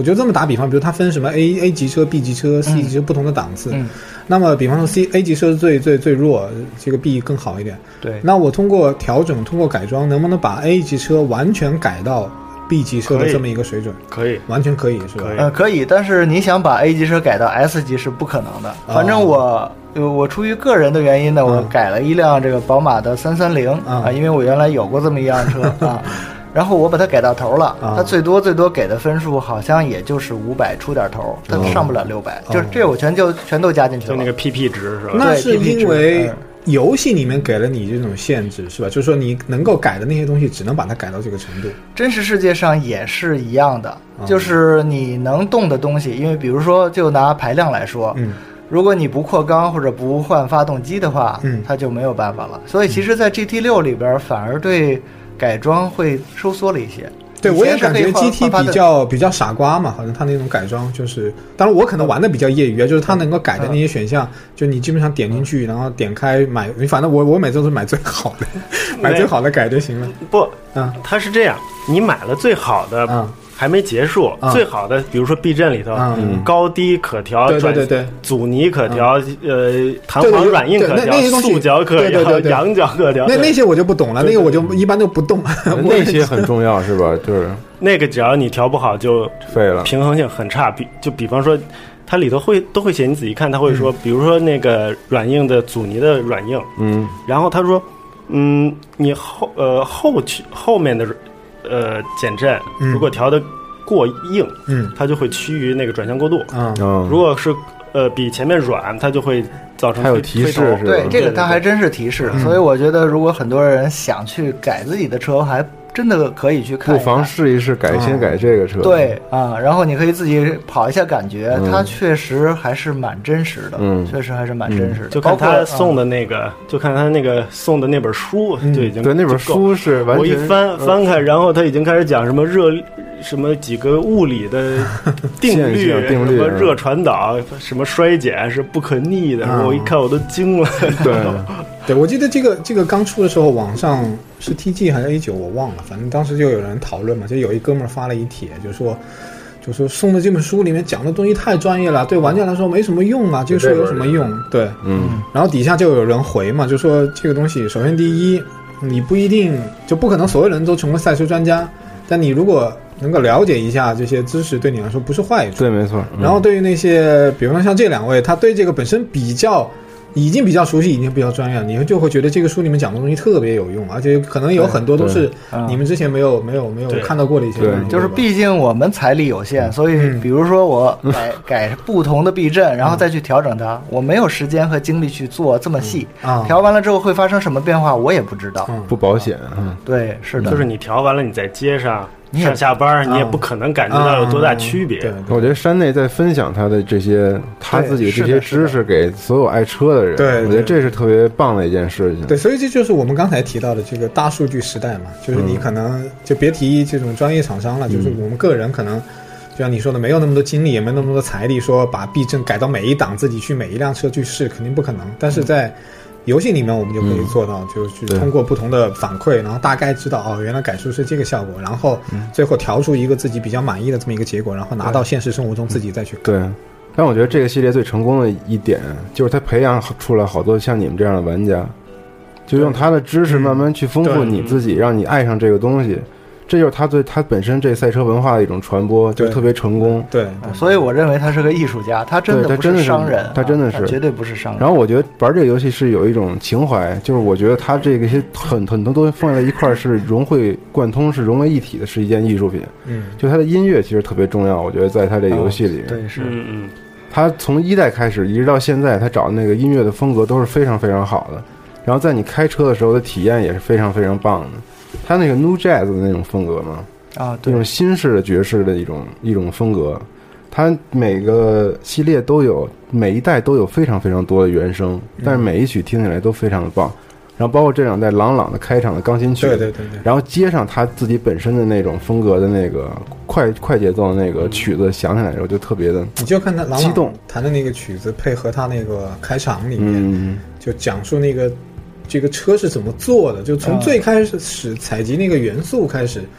我就这么打比方，比如它分什么 A 级车、B 级车、C 级车不同的档次。那么比方说 A 级车是最弱，这个 B 更好一点。 对。 那我通过调整、通过改装，能不能把 A 级车完全改到 B 级车的这么一个水准？ 可以， 完全可以，是吧？ 可以。但是你想把 A 级车改到 S 级是不可能的。反正我出于个人的原因呢，我改了一辆这个宝马的330啊，因为我原来有过这么一辆车啊。然后我把它改到头了，它最多给的分数好像也就是500出点头，它上不了600，就是这我全都加进去了。 就那个 PP 值是吧？ 那是因为游戏里面给了你这种限制是吧？就是说你能够改的那些东西只能把它改到这个程度。 真实世界上也是一样的，就是你能动的东西，因为比如说就拿排量来说，如果你不扩缸或者不换发动机的话，它就没有办法了。所以其实在 GT6 里边反而对改装会收缩了一些。 对，我也感觉 GT 比较傻瓜嘛，好像它那种改装就是，当然我可能玩的比较业余啊，就是它能够改的那些选项，就你基本上点进去，然后点开买，反正我每次都是买最好的，买最好的改就行了。 不，它是这样，你买了最好的，还没结束，最好的，比如说避震里头，高低可调， 对， 阻尼可调，弹簧软硬可调，塑角可调，仰角可调， 那些我就不懂了，那个我就一般都不动。 那些很重要是吧？就是那个只要你调不好就废了， 平衡性很差。比方说，它里头都会写，你仔细看，它会说，比如说那个软硬的阻尼的软硬，然后他说，你后面的。减震如果调的过硬，它就会趋于那个转向过度。如果是比前面软，它就会造成还有提示是吧？ 对，这个它还真是提示。所以我觉得，如果很多人想去改自己的车，还真的可以去看一看， 不妨试一试先改这个车。 对啊，然后你可以自己跑一下感觉，它确实还是蛮真实的。确实还是蛮真实的。 就看他送的那个，就看他那个送的那本书，就已经对那本书是完全我一翻开，然后他已经开始讲什么几个物理的定律，什么热传导，什么衰减是不可逆的。我一看我都惊了。 对，我记得这个刚出的时候，网上是 TG 还是 A9 我忘了，反正当时就有人讨论嘛，就有一哥们儿发了一帖，就说送的这本书里面讲的东西太专业了，对玩家来说没什么用啊，这个书有什么用？对，然后底下就有人回嘛，就说这个东西，首先第一，你不一定就不可能所有人都成为赛车专家，但你如果能够了解一下这些知识，对你来说不是坏处。 对，没错。 然后对于那些，比方说像这两位，他对这个本身已经比较熟悉，已经比较专业了，你就会觉得这个书里面讲的东西特别有用，而且可能有很多都是你们之前没有看到过的一些东西。 就是毕竟我们财力有限，所以比如说我改不同的避震，然后再去调整它，我没有时间和精力去做这么细。调完了之后会发生什么变化，我也不知道。 不保险。 对，是的。 就是你调完了，你在街上上下班你也不可能感觉到有多大区别。 我觉得山内在分享他的这些他自己的这些知识给所有爱车的人， 对， 我觉得这是特别棒的一件事情。 对，所以这就是我们刚才提到的这个大数据时代嘛，就是你可能就别提这种专业厂商了，就是我们个人可能就像你说的，没有那么多精力，也没有那么多财力，说把避震改到每一档自己去每一辆车去试，肯定不可能。但是在游戏里面我们就可以做到，就是通过不同的反馈，然后大概知道原来改出是这个效果，然后最后调出一个自己比较满意的这么一个结果，然后拿到现实生活中自己再去改。 对，但我觉得这个系列最成功的一点就是它培养出了好多像你们这样的玩家，就用他的知识慢慢去丰富你自己，让你爱上这个东西。这就是他本身这赛车文化的一种传播，就特别成功。 对， 所以我认为他是个艺术家，他真的不是商人， 他真的是绝对不是商人。 然后我觉得玩这个游戏是有一种情怀，就是我觉得他这个些很多东西放在一块是融会贯通，是融为一体的，是一件艺术品。就他的音乐其实特别重要，我觉得在他这个游戏里面， 对，是， 他从1代开始一直到现在，他找的那个音乐的风格都是非常非常好的。然后在你开车的时候的体验也是非常非常棒的。他那个 New Jazz 的那种风格嘛， 对， 那种新式的爵士的一种风格，它每个系列都有，每一代都有非常非常多的原声，但是每一曲听起来都非常的棒。然后包括这2代朗朗的开场的钢琴曲， 对， 然后接上他自己本身的那种风格的那个快节奏的那个曲子响起来的时候，就特别的， 你就看他激动弹的那个曲子，配合他那个开场里面，就讲述那个。这个车是怎么做的？就从最开始采集那个元素开始，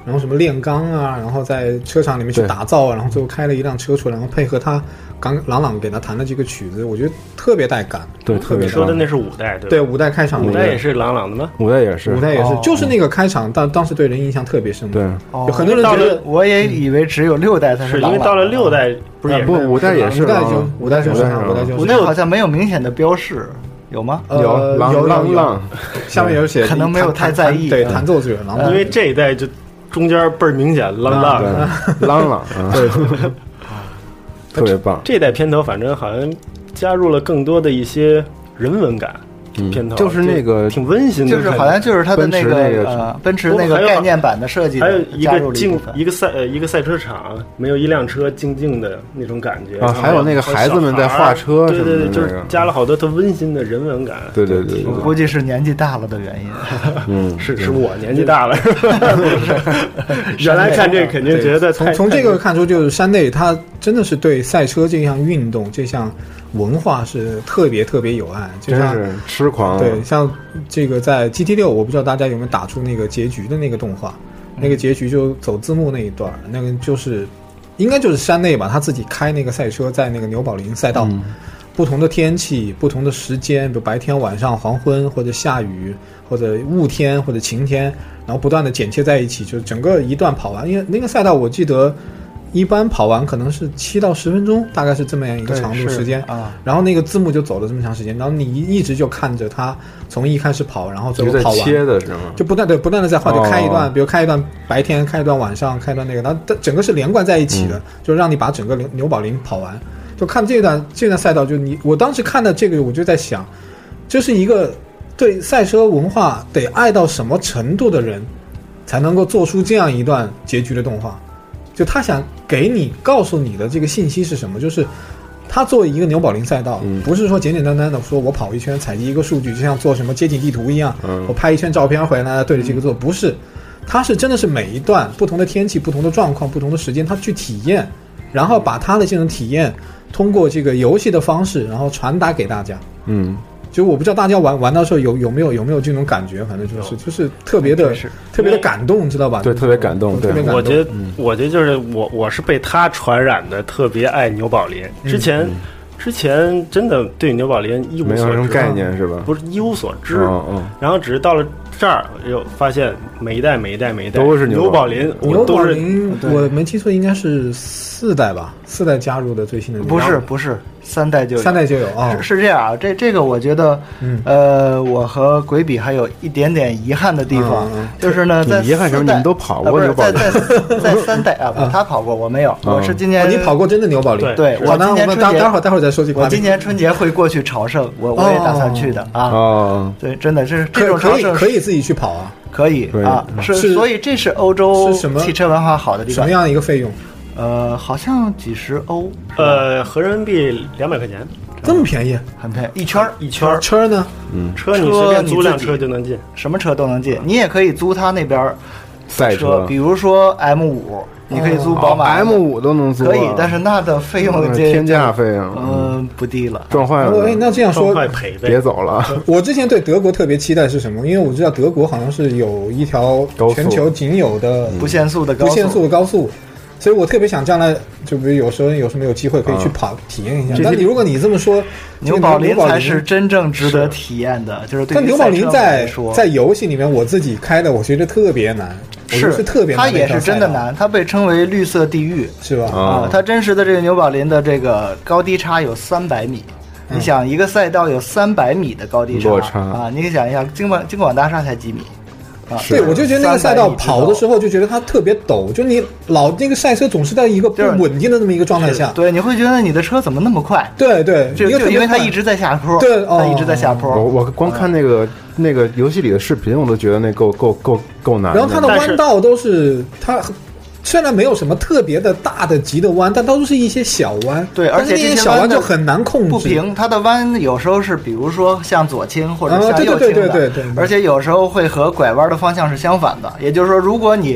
然后什么炼钢啊，然后在车厂里面去打造啊，然后最后开了一辆车出来，然后配合他朗朗给他弹的这个曲子，我觉得特别带感。 对，特别。 说的那是5代，对吧？ 对，5代开场，5 代也是朗朗的吗 ？5代也是， 就是那个开场，当时对人印象特别深。 对， 有很多人觉得， 我也以为只有6代才是朗朗， 因为到了6代不是 5代也是 ，5代就是 5代好像没有明显的标示。有吗？ 有朗， 下面有写， 可能没有太在意。 对，弹奏者朗朗， 因为这一代就中间倍儿明显，朗朗，对，特别棒。 这一代片头反正好像加入了更多的一些人文感。片头就是那个挺温馨的， 就是好像就是它的那个奔驰那个概念版的设计， 还有一个赛车场，没有一辆车，静静的那种感觉啊，还有那个孩子们在画车， 对对对，就是加了好多特温馨的人文感。 对对对， 我估计是年纪大了的原因。 是我年纪大了，是吧？原来看这肯定觉得从这个看出，就是山内他真的是对赛车这项运动这项文化是特别特别有爱，就像是痴狂。 对，像这个在 GT6，我不知道大家有没有打出那个结局的那个动画，那个结局就走字幕那一段，那个就是应该就是山内吧，他自己开那个赛车在那个纽宝林赛道，不同的天气、不同的时间，比如白天、晚上、黄昏或者下雨或者雾天或者晴天，然后不断的剪切在一起，就整个一段跑完。因为那个赛道我记得一般跑完可能是7到10分钟，大概是这么样一个长度时间啊。然后那个字幕就走了这么长时间，然后你一直就看着他从一开始跑，然后最后跑完， 切的是吗？ 就不断的在换，就开一段，比如开一段白天，开一段晚上，开一段那个，然后整个是连贯在一起的，就让你把整个纽宝林跑完。就看这段赛道，就我当时看到这个，我就在想，这是一个对赛车文化得爱到什么程度的人，才能够做出这样一段结局的动画。就他想给你告诉你的这个信息是什么？就是他作为一个纽宝林赛道，不是说简简单单的说我跑一圈采集一个数据，就像做什么街景地图一样，我拍一圈照片回来对着这个做，不是，他是真的是每一段不同的天气、不同的状况、不同的时间，他去体验，然后把他的这种体验通过这个游戏的方式，然后传达给大家。就我不知道大家玩到时候有没有这种感觉，反正就是特别的感动，知道吧？ 对，特别感动。对， 我觉得就是我是被他传染的，特别爱纽宝林。之前真的对纽宝林一无所知， 没有什么概念是吧？ 不是一无所知，然后只是到了这儿又发现每一代都是纽宝林， 我没记错应该是4代吧，4代加入的最新的。 不是3代就有 ，3代就有啊。 是这样啊，这个我觉得，我和鬼比还有一点点遗憾的地方，就是呢，在遗憾什么？你们都跑过纽宝林，在3代啊，他跑过，我没有，我是今年你跑过真的纽宝林， 对，我今年春节待会儿再说这个。 我今年春节会过去朝圣，我也打算去的啊。 哦， 对，真的是这种朝圣可以自己去跑啊， 可以啊，所以这是欧洲汽车文化好的地方。 什么样的一个费用？ 好像几十欧， 合人民币200块钱， 这么便宜， 很便宜，一圈车呢？ 车你随便租辆车就能进， 什么车都能进。你也可以租他那边赛车，比如说 M5，你可以租宝马 M5 都能租， 可以，但是那的费用天价费用， 不低了， 撞坏了。 那这样说别走了。 我之前对德国特别期待是什么？因为我知道德国好像是有一条全球仅有的不限速的高速。所以我特别想将来，就比如有时候有什么有机会可以去跑体验一下。但如果你这么说， 纽宝林才是真正值得体验的，就是对。 但纽宝林在游戏里面我自己开的，我觉得特别难，是特别难。 它也是真的难，它被称为绿色地狱， 是吧？ 它真实的这个纽宝林的这个高低差有300米。你想一个赛道有300米的高低差啊！你可以想一下，京广大厦才几米。 对，我就觉得那个赛道跑的时候就觉得它特别陡，就你老那个赛车总是在一个不稳定的那么一个状态下， 对，你会觉得你的车怎么那么快？ 对， 就因为它一直在下坡， 对， 它一直在下坡。 我光看那个游戏里的视频，我都觉得那够难。 然后它的弯道都是它。虽然没有什么特别的大的急的弯，但都是一些小弯。 对，而且这些小弯就很难控制。 不平，它的弯有时候是，比如说向左倾或者向右倾的， 对。 而且有时候会和拐弯的方向是相反的。也就是说，如果你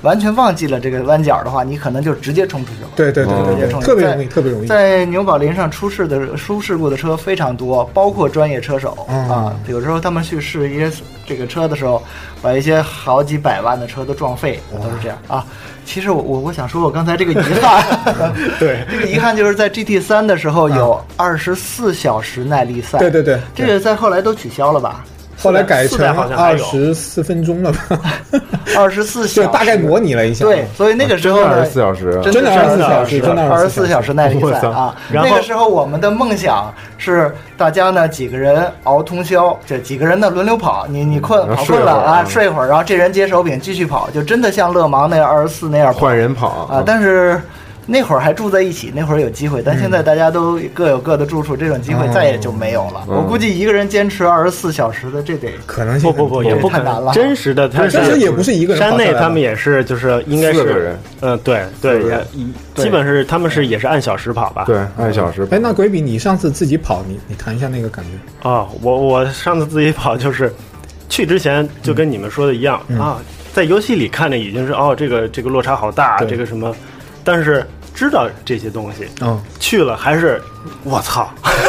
完全忘记了这个弯角的话，你可能就直接冲出去了。 对，直接冲，特别容易，特别容易。 在纽宝林上出事故的车非常多，包括专业车手啊，有时候他们去试一些这个车的时候，把一些好几百万的车都撞废，都是这样啊。其实我想说，我刚才这个遗憾， 对， 这个遗憾就是在 GT3 的时候有24小时耐力赛， 对， 这个在后来都取消了吧？ 后来改成24分钟了吧 ？24小时， 就大概模拟了一下。 对，所以那个时候呢 ，24小时， 真的24小时，真的24小时耐力赛啊！那个时候我们的梦想是大家呢几个人熬通宵，这几个人呢轮流跑，你跑困了啊，睡一会儿，然后这人接手柄继续跑，就真的像勒芒那24那样换人跑啊！但是那会儿还住在一起，那会儿有机会，但现在大家都各有各的住处，这种机会再也就没有了。我估计一个人坚持24小时的，这得可能性不也不太难了。 真实的， 真实也不是一个人。 山内他们也是，就是应该是4 个人。 对，也基本是他们是也是按小时跑吧？ 对，按小时。 哎，那鬼比你上次自己跑，你谈一下那个感觉啊？我上次自己跑就是去之前就跟你们说的一样啊，在游戏里看的已经是这个落差好大，这个什么，但是。知道这些东西，去了还是我操，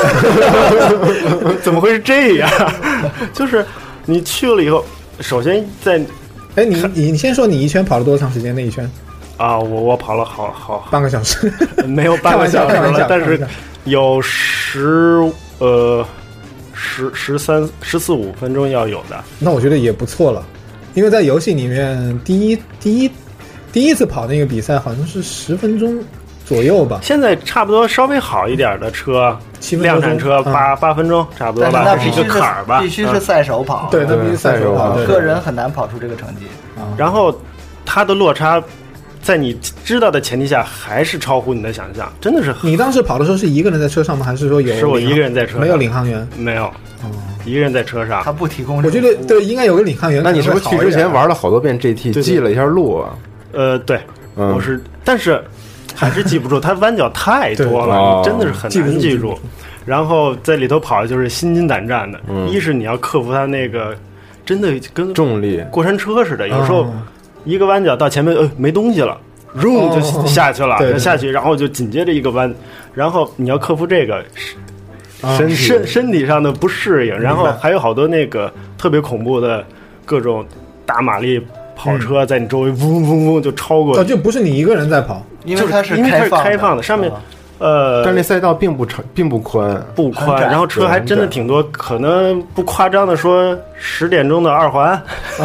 怎么会是这样？就是你去了以后，首先哎，你先说你一圈跑了多长时间？那一圈啊，我跑了好半个小时， 没有半个小时了，但是有14-15分钟要有的。 那我觉得也不错了，因为在游戏里面第一次跑那个比赛好像是10分钟左右吧。 现在差不多稍微好一点的车，量产车8分钟差不多吧， 那是一个坎儿吧， 必须是赛手跑， 对，那必须赛手跑， 个人很难跑出这个成绩。 然后它的落差，在你知道的前提下，还是超乎你的想象，真的是。 你当时跑的时候是一个人在车上吗？还是说有？ 是我一个人在车上， 没有领航员， 没有。一个人在车上， 他不提供。 我觉得对，应该有个领航员。 那你是不是去之前玩了好多遍 GT， 记了一下路啊？ 对，我是，但是还是记不住，它弯角太多了，你真的是很难记住。然后在里头跑就是心惊胆战的，一是你要克服它那个真的跟重力过山车似的，有时候一个弯角到前面没东西了，就下去了，下去，然后就紧接着一个弯，然后你要克服这个身体上的不适应，然后还有好多那个特别恐怖的各种大马力跑车在你周围嗡嗡嗡就超过， 就不是你一个人在跑， 因为它是开放的，上面但那赛道并不宽， 然后车还真的挺多，可能不夸张的说10点钟的2环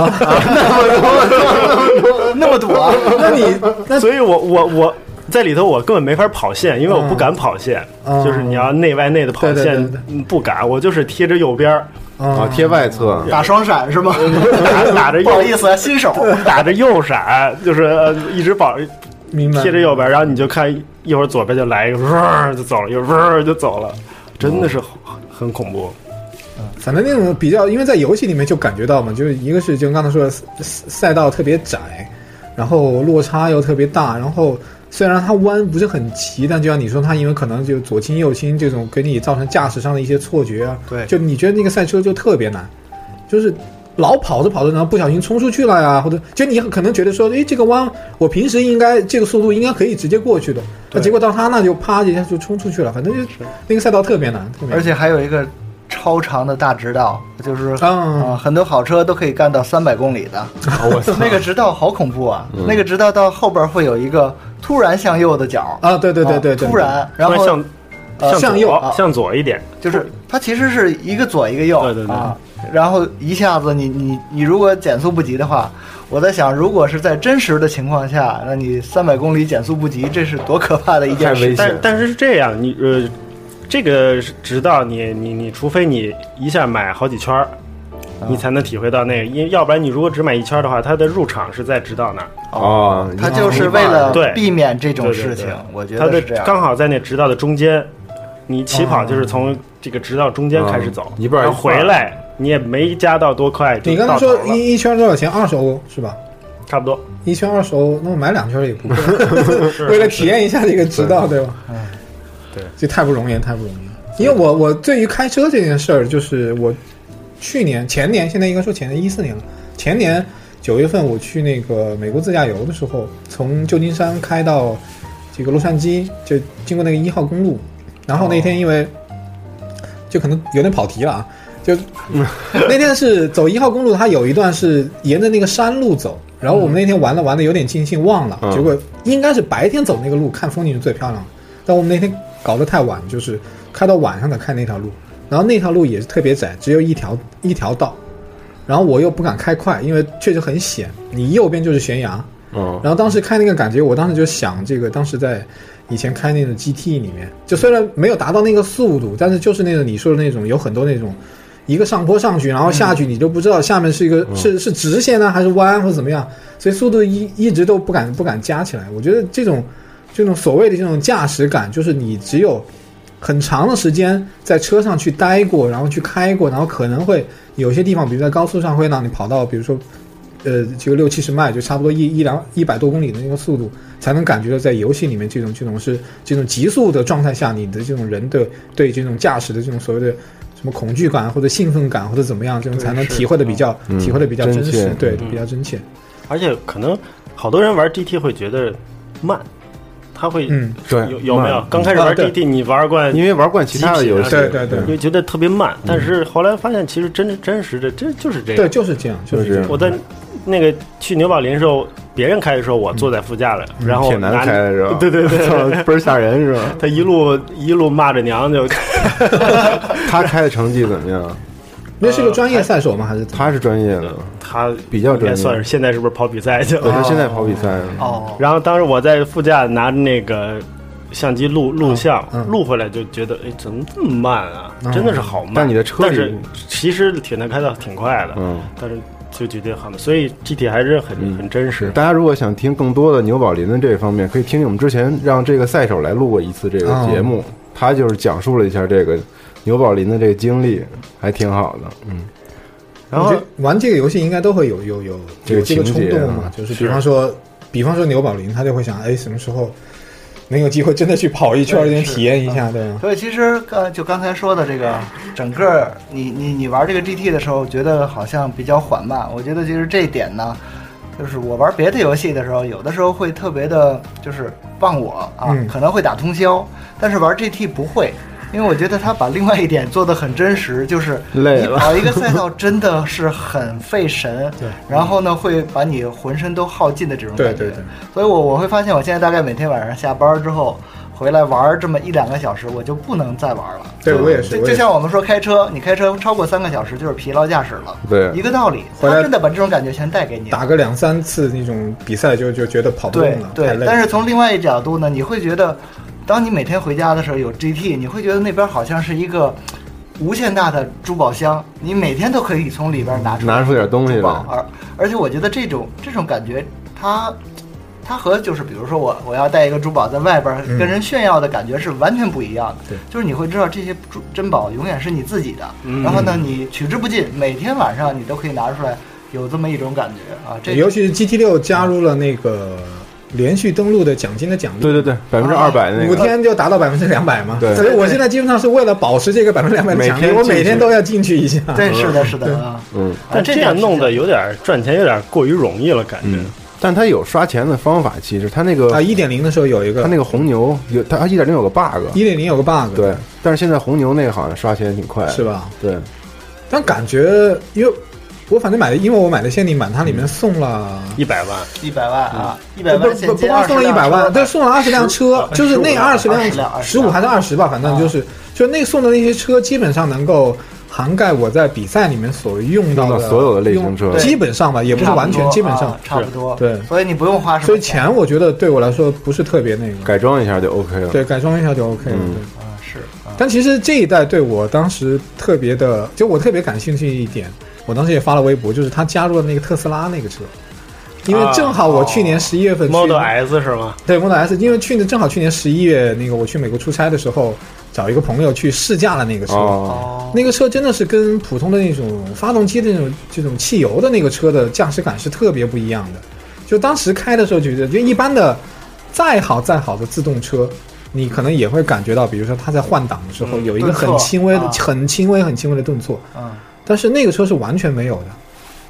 那么多， 那所以我在里头我根本没法跑线，因为我不敢跑线，就是你要内外内的跑线不敢，我就是贴着右边贴外侧打双闪是吗？ 打着不好意思啊，新手打着右闪，就是一直保贴着右边，然后你就看一会儿左边就来一个就走了，一会儿就走了，真的是很恐怖。 反正那种比较，因为在游戏里面就感觉到嘛，就是一个是就刚才说的赛道特别窄，然后落差又特别大，然后虽然它弯不是很齐，但就像你说，它因为可能就左倾右倾这种给你造成驾驶上的一些错觉啊， 对， 就你觉得那个赛车就特别难，就是老跑着跑着，然后不小心冲出去了呀，或者就你可能觉得说，这个弯我平时应该这个速度应该可以直接过去的，那结果到他那就啪一下就冲出去了，反正就那个赛道特别难， 而且还有一个超长的大直道，就是很多好车都可以干到300公里的，那个直道好恐怖啊！那个直道到后边会有一个突然向右的角啊，对， 突然，然后向右向左一点， 就是它其实是一个左一个右， 对啊，然后一下子你如果减速不及的话，我在想，如果是在真实的情况下，那你300公里减速不及，这是多可怕的一件事。 但是这样，你这个直道你除非你一下买好几圈，你才能体会到那个，因为要不然你如果只买一圈的话，它的入场是在直道那儿。 它就是为了避免这种事情，我觉得是这样。 刚好在那直道的中间，你起跑就是从这个直道中间开始走， 一半回来你也没加到多快。 你刚才说一圈多少钱？20欧是吧？ 差不多一圈20欧，那我买2圈也不贵，为了体验一下这个直道，对吧？ 对， 这太不容易了。因为我对于开车这件事儿，就是我前年，现在应该说前年14年了，前年 9月份我去那个美国自驾游的时候，从旧金山开到这个洛杉矶，就经过那个1号公路，然后那天因为就可能有点跑题了啊，就那天是走1号公路，它有一段是沿着那个山路走，然后我们那天玩的有点尽兴忘了，结果应该是白天走那个路看风景是最漂亮的，但我们那天搞得太晚，就是开到晚上才开那条路，然后那条路也是特别窄，只有一条道，然后我又不敢开快，因为确实很险，你右边就是悬崖，然后当时开那个感觉，我当时就想这个当时在以前开那种 GT 里面，就虽然没有达到那个速度，但是就是那种你说的那种有很多那种一个上坡上去，然后下去你就不知道下面是一个是直线呢还是弯或者怎么样，所以速度一直都不敢加起来。我觉得这种所谓的这种驾驶感，就是你只有很长的时间在车上去待过，然后去开过，然后可能会有些地方，比如在高速上会让你跑到比如说这个60-70迈，就差不多100多公里的那个速度，才能感觉到在游戏里面这种是这种极速的状态下，你的这种人的对这种驾驶的这种所谓的什么恐惧感或者兴奋感或者怎么样，这种才能体会的比较真实，对，比较真切。 而且可能好多人玩 GT 会觉得慢。他会对有没有？刚开始玩 GT，你玩惯， 因为玩惯其他的游戏， 对， 就觉得特别慢。但是后来发现，其实真实的这就是这样， 对，就是这样，就是这样。 我在那个去纽宝林的时候，别人开的时候，我坐在副驾了，然后铁男开的时候， 对， 倍儿吓人是吧？ 他一路骂着娘就。 他开的成绩怎么样？ 那是个专业赛手吗？还是他是专业的？ 他比较专业， 算是现在是不是跑比赛去了？ 对，他现在跑比赛了。 哦。然后当时我在副驾拿着那个相机录像，录回来就觉得，哎，怎么这么慢啊？真的是好慢。 但你的车， 但是其实铁男开的挺快的，但是就觉得好慢，所以 GT 还是很真实。 大家如果想听更多的纽宝林的这方面，可以听听我们之前让这个赛手来录过一次这个节目，他就是讲述了一下这个纽宝林的这个经历，还挺好的， 然后玩这个游戏应该都会有这个冲动嘛，就是比方说纽宝林，他就会想，哎，什么时候能有机会真的去跑一圈，体验一下，对吧？ 所以其实就刚才说的这个，整个你玩这个 GT 的时候，觉得好像比较缓慢。我觉得其实这一点呢，就是我玩别的游戏的时候，有的时候会特别的，就是忘我啊，可能会打通宵，但是玩 GT 不会。因为我觉得他把另外一点做得很真实，就是你跑一个赛道真的是很费神， 对， 然后呢会把你浑身都耗尽的这种感觉。对，所以我会发现，我现在大概每天晚上下班之后回来玩这么1-2个小时，我就不能再玩了。 对，我也是。 就像我们说开车，你开车超过3个小时就是疲劳驾驶了， 对， 一个道理。他真的把这种感觉全带给你， 打个2-3次那种比赛就觉得跑不动了， 对。但是从另外一角度呢，你会觉得。当你每天回家的时候有 GT， 你会觉得那边好像是一个无限大的珠宝箱，你每天都可以从里边拿出点东西来。 而且我觉得这种感觉，它和就是比如说我要带一个珠宝在外边跟人炫耀的感觉是完全不一样的。 对， 就是你会知道这些珍宝永远是你自己的，然后呢你取之不尽，每天晚上你都可以拿出来，有这么一种感觉啊。 尤其是 GT6 加入了那个。连续登录的奖金的奖励， 对，200%的那个 ，5天就达到200%嘛。 对， 所以我现在基本上是为了保持这个200%的奖励，我每天都要进去一下。 对，是的啊。 但这样弄得有点赚钱，有点过于容易了，感觉。 但它有刷钱的方法，其实它那个 1.0的时候有一个， 它那个红牛有，它1.0有个 bug，1.0 有个 bug， 对。但是现在红牛那个好像刷钱挺快， 是吧？ 对。 但感觉因为。我反正因为我买的限定版，它里面送了 100万啊，100万不光送了100万，对，送了20辆车，就是那20辆15还是20吧，反正就那送的那些车，基本上能够涵盖我在比赛里面所用到的所有的类型车， 基本上吧，也不是完全，基本上差不多。 对， 所以你不用花什么钱。 所以钱我觉得对我来说不是特别那个， 改装一下就 OK 了。 对，改装一下就 OK 了。 是。 但其实这一代对我当时特别的，就我特别感兴趣一点。我当时也发了微博，就是他加入了那个特斯拉那个车，因为正好我去年11月份去 Model S 是吗？ 对 Model S， 因为正好去年11月那个我去美国出差的时候，找一个朋友去试驾了那个车，那个车真的是跟普通的那种发动机的这种汽油的那个车的驾驶感是特别不一样的。就当时开的时候觉得，就一般的再好的自动车，你可能也会感觉到，比如说它在换挡的时候有一个很轻微的顿挫。但是那个车是完全没有的，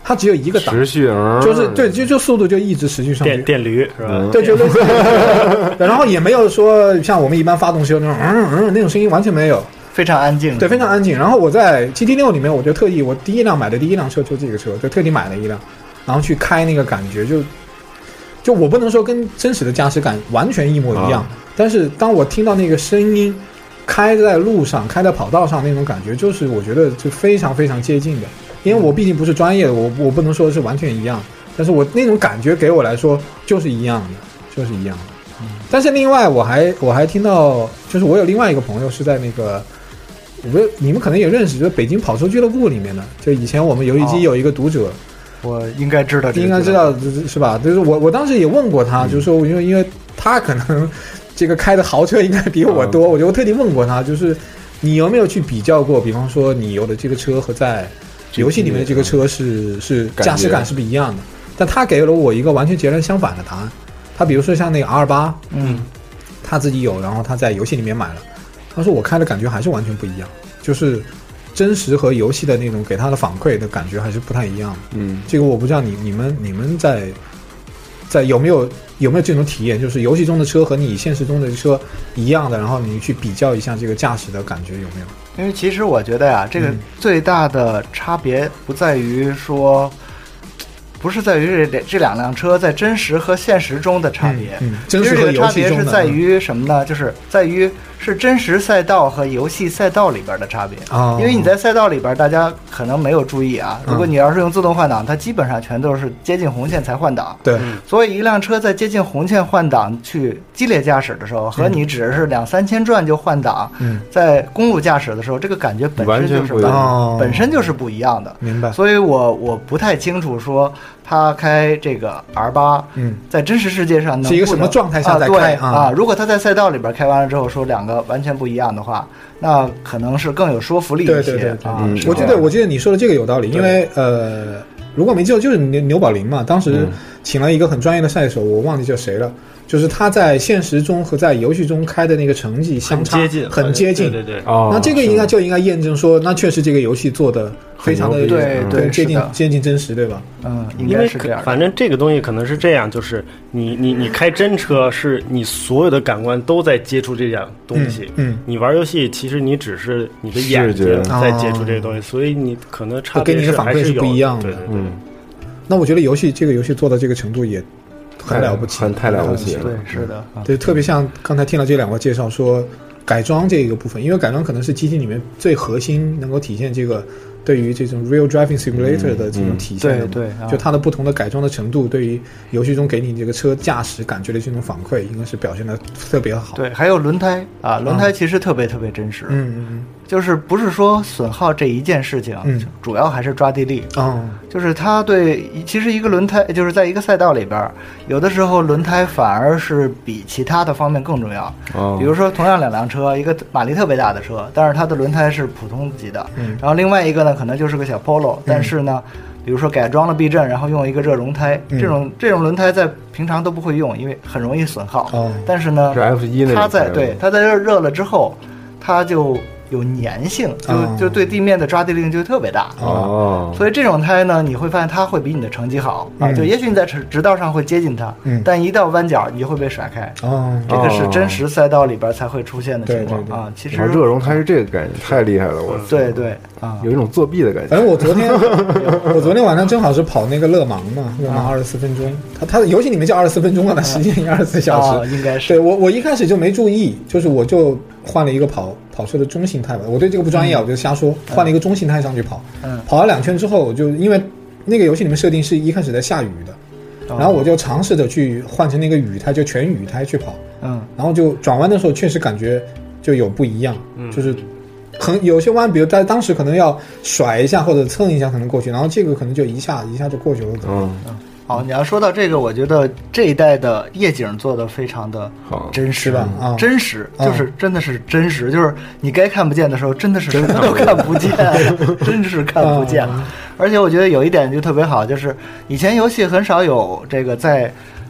它只有一个档， 持续就是对，就速度就一直持续上去， 电驴是吧？ 对，就类似然后也没有说像我们一般发动机那种那种声音完全没有， 非常安静， 对，非常安静。然后我在 GT6 里面，我就特意我第一辆买的第一辆车就这个车，就特地买了一辆，然后去开那个感觉就我不能说跟真实的驾驶感完全一模一样，但是当我听到那个声音开在路上开在跑道上那种感觉，就是我觉得就非常非常接近的。因为我毕竟不是专业的，我不能说是完全一样，但是我那种感觉给我来说就是一样的，就是一样的。但是另外我还听到，就是我有另外一个朋友是在那个，你们可能也认识，就是北京跑车俱乐部里面的，就以前我们游戏机有一个读者， 我应该知道， 是吧？就是我当时也问过他，就是说因为他可能这个开的豪车应该比我多，我特地问过他，就是你有没有去比较过，比方说你有的这个车和在游戏里面的这个车是驾驶感是不一样的，但他给了我一个完全截然相反的答案。他比如说像那个 R8，他自己有，然后他在游戏里面买了，他说我开的感觉还是完全不一样，就是真实和游戏的那种给他的反馈的感觉还是不太一样的。这个我不知道你们在有没有这种体验，就是游戏中的车和你现实中的车一样的，然后你去比较一下这个驾驶的感觉有没有？ 因为其实我觉得呀，这个最大的差别不在于说，不是在于这两辆车在真实和现实中的差别， 真实和游戏中的差别是在于什么呢？就是在于是真实赛道和游戏赛道里边的差别。因为你在赛道里边，大家可能没有注意啊，如果你要是用自动换挡，它基本上全都是接近红线才换挡。 对， 所以一辆车在接近红线换挡去激烈驾驶的时候，和你只是2-3千转就换挡，在公路驾驶的时候，这个感觉本身就是不一样的。 明白。 所以我不太清楚说他开这个 R8，在真实世界上是一个什么状态下在开如果他在赛道里边开完了之后说两个完全不一样的话，那可能是更有说服力一些。 对，我觉得你说的这个有道理，因为如果没记错就是牛宝林嘛，当时请了一个很专业的赛手，我忘记叫谁了。就是他在现实中和在游戏中开的那个成绩相差很接近， 对。 那这个应该验证说，那确实这个游戏做的非常的对接近真实，对吧？ 应该是这样。 反正这个东西可能是这样，就是你开真车是你所有的感官都在接触这样东西，你玩游戏其实你只是你的眼睛在接触这个东西，所以你可能差别给你的反馈是不一样的。 对。 那我觉得这个游戏做到这个程度也很了不起， 太了不起了。 对，是的， 对，特别像刚才听了这两个介绍说改装这个部分，因为改装可能是GT里面最核心能够体现这个对于这种 real driving simulator 的这种体现的， 对， 就它的不同的改装的程度，对于游戏中给你这个车驾驶感觉的这种反馈，应该是表现的特别好。 对，还有轮胎啊，轮胎其实特别真实。就是不是说损耗这一件事情，主要还是抓地力。就是它其实一个轮胎就是在一个赛道里边，有的时候轮胎反而是比其他的方面更重要。比如说同样两辆车，一个马力特别大的车，但是它的轮胎是普通级的，然后另外一个呢可能就是个小 Polo，但是呢，比如说改装了避震，然后用一个热熔胎，这种轮胎在平常都不会用，因为很容易损耗。但是呢， 是 F1 那种它在热了之后，它就有粘性，就对地面的抓地力就特别大。所以这种胎呢，你会发现它会比你的成绩好啊。就也许你在直道上会接近它，但一到弯角你就会被甩开。这个是真实赛道里边才会出现的情况啊。其实热熔胎是这个概念，太厉害了，我。 对有一种作弊的感觉。 反正我昨天晚上正好是跑那个勒芒嘛，勒芒24分钟，它的游戏里面叫24分钟了，实际上24小时。 应该是。 对，我一开始就没注意，就是我就换了一个跑车的中型胎吧，我对这个不专业，我就瞎说，换了一个中型胎上去跑，跑了2圈之后，我就因为那个游戏里面设定是一开始在下雨的，然后我就尝试着去换成那个雨胎，就全雨胎去跑，然后就转弯的时候确实感觉就有不一样，就是有些弯，比如在当时可能要甩一下或者蹭一下才能过去，然后这个可能就一下就过去了。 好，你要说到这个，我觉得这一代的夜景做的非常的真实吧，真实就是真的是真实，就是你该看不见的时候，真的是什么都看不见，真是看不见。而且我觉得有一点就特别好，就是以前游戏很少有这个在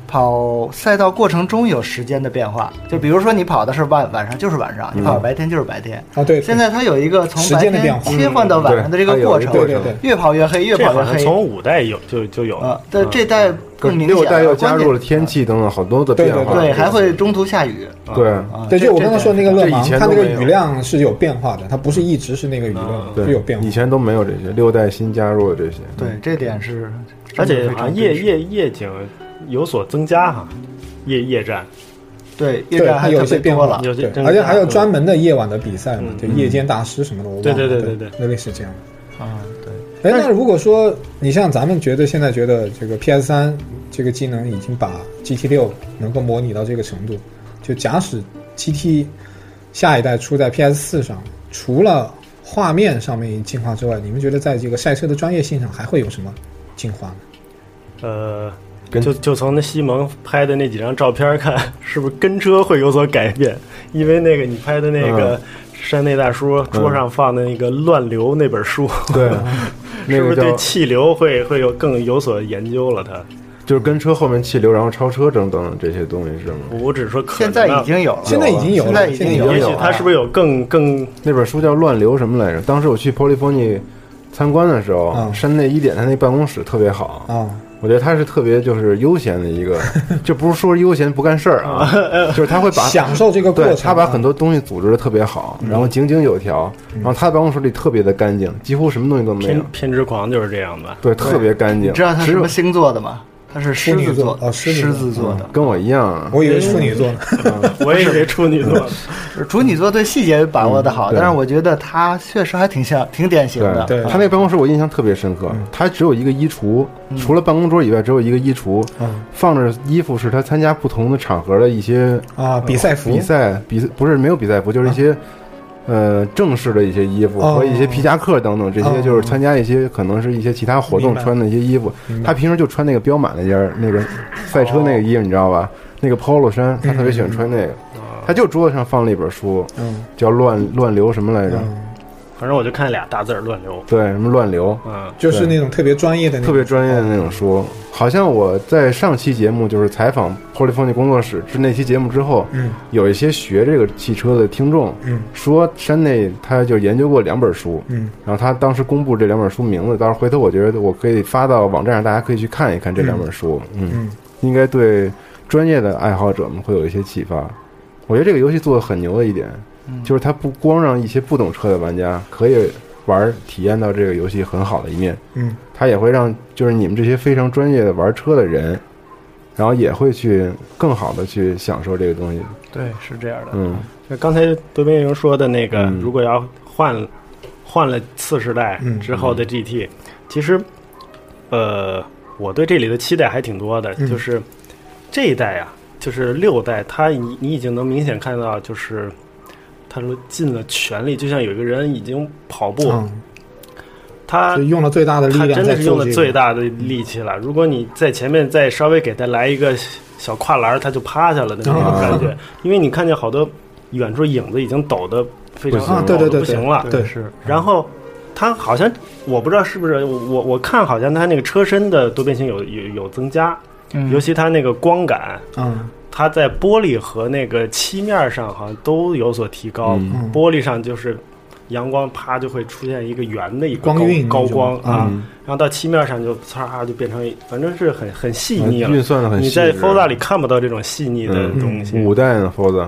跑赛道过程中有时间的变化，就比如说你跑的是晚上就是晚上，你跑白天就是白天。 对。 现在它有一个从白天切换到晚上的这个过程， 对， 越跑越黑，越跑越黑。 从5代就有啊，对，这代更明显。 6代又加入了天气等等好多的变化， 对，还会中途下雨。 对，就我刚刚说那个勒芒，它那个雨量是有变化的，它不是一直是那个雨量，是有变化。 以前都没有这些，6代新加入了这些。 对，这点是， 而且好像夜景有所增加哈，夜战。 对，夜战还有一些变化了， 而且还有专门的夜晚的比赛嘛，就夜间大师什么的，我忘了。 对， 那类是这样对。 那如果说你像咱们现在觉得这个 PS3 这个机能已经把 GT6 能够模拟到这个程度，就假使 GT 下一代出在 PS4 上，除了画面上面进化之外，你们觉得在这个赛车的专业性上还会有什么进化呢？ 就从那西蒙拍的那几张照片看，是不是跟车会有所改变？因为那个你拍的那个山内大叔桌上放的那个乱流那本书， 对， 是不是对气流会有所研究了？他就是跟车后面气流，然后超车等等这些东西是吗？ 我只是说现在已经有了， 现在已经有了。 也许他是不是有更那本书叫《乱流》什么来着？当时我去 Polyphony 参观的时候，山内一点他那办公室特别好我觉得他是特别就是悠闲的一个，就不是说悠闲不干事儿啊，就是他会把享受这个过程， 他把很多东西组织的特别好，然后井井有条，然后他的办公室里特别的干净，几乎什么东西都没有。 偏执狂就是这样的， 对，特别干净。 你知道他什么星座的吗？他是狮子座狮子座的， 跟我一样。 我以为处女座， 我也以为处女座。 处女座对细节把握的好，但是我觉得他确实还挺典型的。 对，他那办公室我印象特别深刻，他只有一个衣橱，除了办公桌以外，只有一个衣橱，放着衣服是他参加不同的场合的一些比赛服， 不是没有比赛服，就是一些。正式的一些衣服和一些皮夹克等等，这些就是参加一些可能是一些其他活动穿的一些衣服。他平时就穿那个彪马那件那个赛车那个衣服，你知道吧？那个 polo 衫，他特别喜欢穿那个。他就桌子上放了一本书，叫乱流什么来着？ 反正我就看俩大字乱流。 对，什么乱流？ 就是那种特别专业的那种书。好像我在上期节目就是采访 Polyphony 工作室那期节目之后，有一些学这个汽车的听众，说山内他就研究过2本书，然后他当时公布这2本书名字，到时候回头我觉得我可以发到网站上，大家可以去看一看这2本书，应该对专业的爱好者们会有一些启发。我觉得这个游戏做得很牛的一点，就是它不光让一些不懂车的玩家可以体验到这个游戏很好的一面，它也会让就是你们这些非常专业的玩车的人，然后也会去更好的去享受这个东西。 对，是这样的。就刚才多边英说的那个，如果要换了次世代之后的 GT，其实我对这里的期待还挺多的，就是这一代啊，就是6代，你已经能明显看到，就是他说尽了全力，就像有一个人已经跑步，他用了最大的力量， 他真的是用了最大的力气了。如果你在前面再稍微给他来一个小跨栏，他就趴下了的那种感觉，因为你看见好多远处影子已经抖得非常对不行了， 对是。然后他好像我不知道是不是我看好像他那个车身的多变性有增加，尤其他那个光感，它在玻璃和那个漆面上好像都有所提高。玻璃上就是阳光啪就会出现一个圆的一个高光啊，然后到漆面上就嚓就变成，反正是很细腻了， 运算的很细。 你在 Forza 里看不到这种细腻的东西。 5代呢 Forza？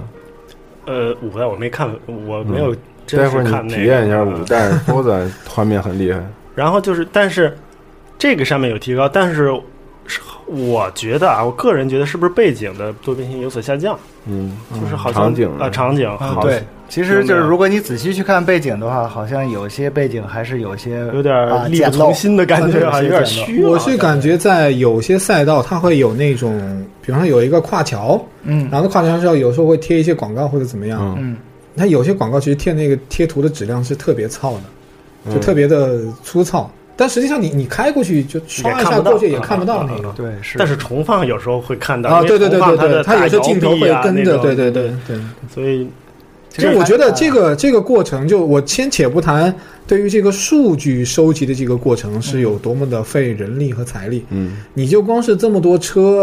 5代我没看，我没有真是看那个。 体验一下5代 Forza 画面很厉害。 然后就是，但是这个上面有提高，但是我觉得啊，我个人觉得是不是背景的多变性有所下降？就是好像场景对，其实就是如果你仔细去看背景的话，好像有些背景还是有点力不从心的感觉，有点虚。 我是感觉在有些赛道，它会有那种，比方说有一个跨桥，然后跨桥上有时候会贴一些广告或者怎么样，它有些广告其实贴那个贴图的质量是特别糙的，就特别的粗糙。但实际上你开过去就刷一下过去也看不到那个， 对，是。 但是重放有时候会看到啊，对，它有些镜头会跟着，对。 所以， 其实我觉得这个过程，就我先且不谈对于这个数据收集的这个过程是有多么的费人力和财力，你就光是这么多车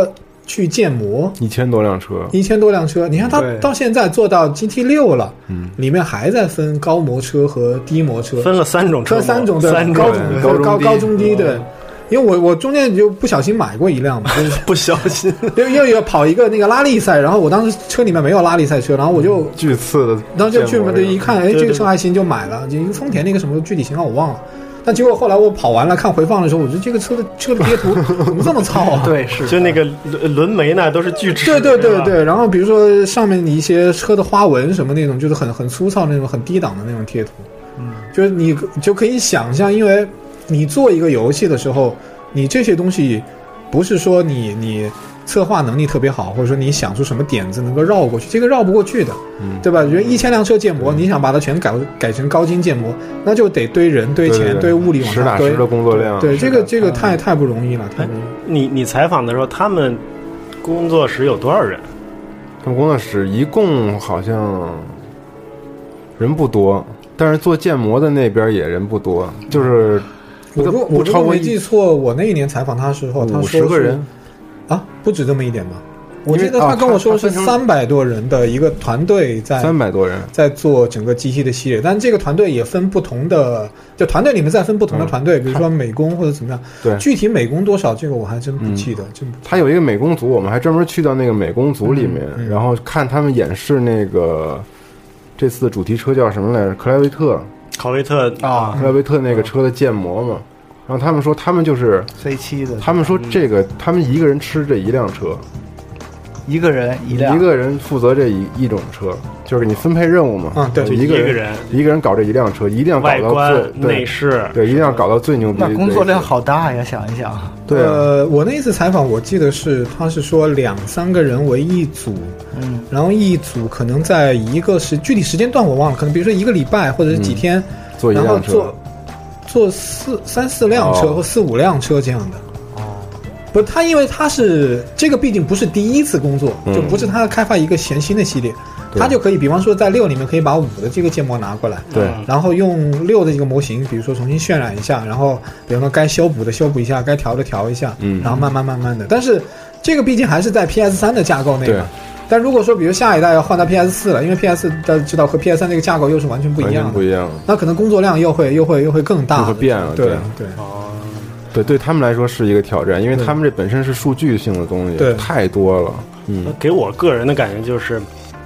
去建模 ，1000多辆车，你看它到现在做到 GT6 了，里面还在分高模车和低模车， 分了3种车， 分3种，对，高中低，对。因为我中间就不小心买过一辆嘛，就是不小心， 因为要跑一个那个拉力赛，然后我当时车里面没有拉力赛车，然后我就巨次的， 然后就去对一看，哎，这个车还行，就买了，就丰田那个什么具体型号我忘了。但结果后来我跑完了看回放的时候，我觉得这个车的贴图怎么这么糙啊？ 对，是就那个轮眉呢都是锯齿。 对。然后比如说上面一些车的花纹什么那种，就是很粗糙那种很低档的那种贴图。就是你就可以想象，因为你做一个游戏的时候，你这些东西不是说你策划能力特别好，或者说你想出什么点子能够绕过去，这个绕不过去的，对吧？觉得1000辆车建模，你想把它全改成高精建模，那就得堆人、堆钱、堆物力往上堆， 实打实的工作量。 对，这个太不容易了，太不容易。 你采访的时候，他们工作室有多少人？ 他们工作室一共好像人不多，但是做建模的那边也人不多，就是我如果没记错，我那一年采访他的时候，他说 50个人。 啊，不止这么一点吧？我记得他跟我说是300多人的一个团队在 300多人在做整个GT的系列，但这个团队也分不同的，就团队里面再分不同的团队，比如说美工或者怎么样。 对， 具体美工多少，这个我还真不记得。 他有一个美工组，我们还专门去到那个美工组里面，然后看他们演示那个这次的主题车叫什么来着？克莱维特那个车的建模嘛。然后他们说，他们就是 C7 的。 他们说这个，他们一个人吃这一辆车， 一个人一辆， 一个人负责这一种车，就是给你分配任务嘛。 对， 就一个人搞这一辆车，一定要搞到最内饰， 对，一定要搞到最牛逼。 那工作量好大呀，想一想。 对， 我那一次采访，我记得他是说2-3个人为一组，然后一组可能在一个具体时间段我忘了，可能比如说1个礼拜或者是几天， 做一辆车。 做3-4辆车或4-5辆车这样的。不，他因为他是这个，毕竟不是第一次工作，就不是他开发一个全新的系列，他就可以，比方说在6里面可以把5的这个建模拿过来， 对， 然后用6的这个模型，比如说重新渲染一下，然后比方说该修补的修补一下，该调的调一下，然后慢慢的。但是这个毕竟还是在 PS3 的架构内嘛。但如果说比如下一代要换到 PS4 了，因为 PS 大家知道和 PS3 这个架构又是完全不一样的，那可能工作量又会更大， 就会变了。对他们来说是一个挑战，因为他们这本身是数据性的东西，太多了。 给我个人的感觉就是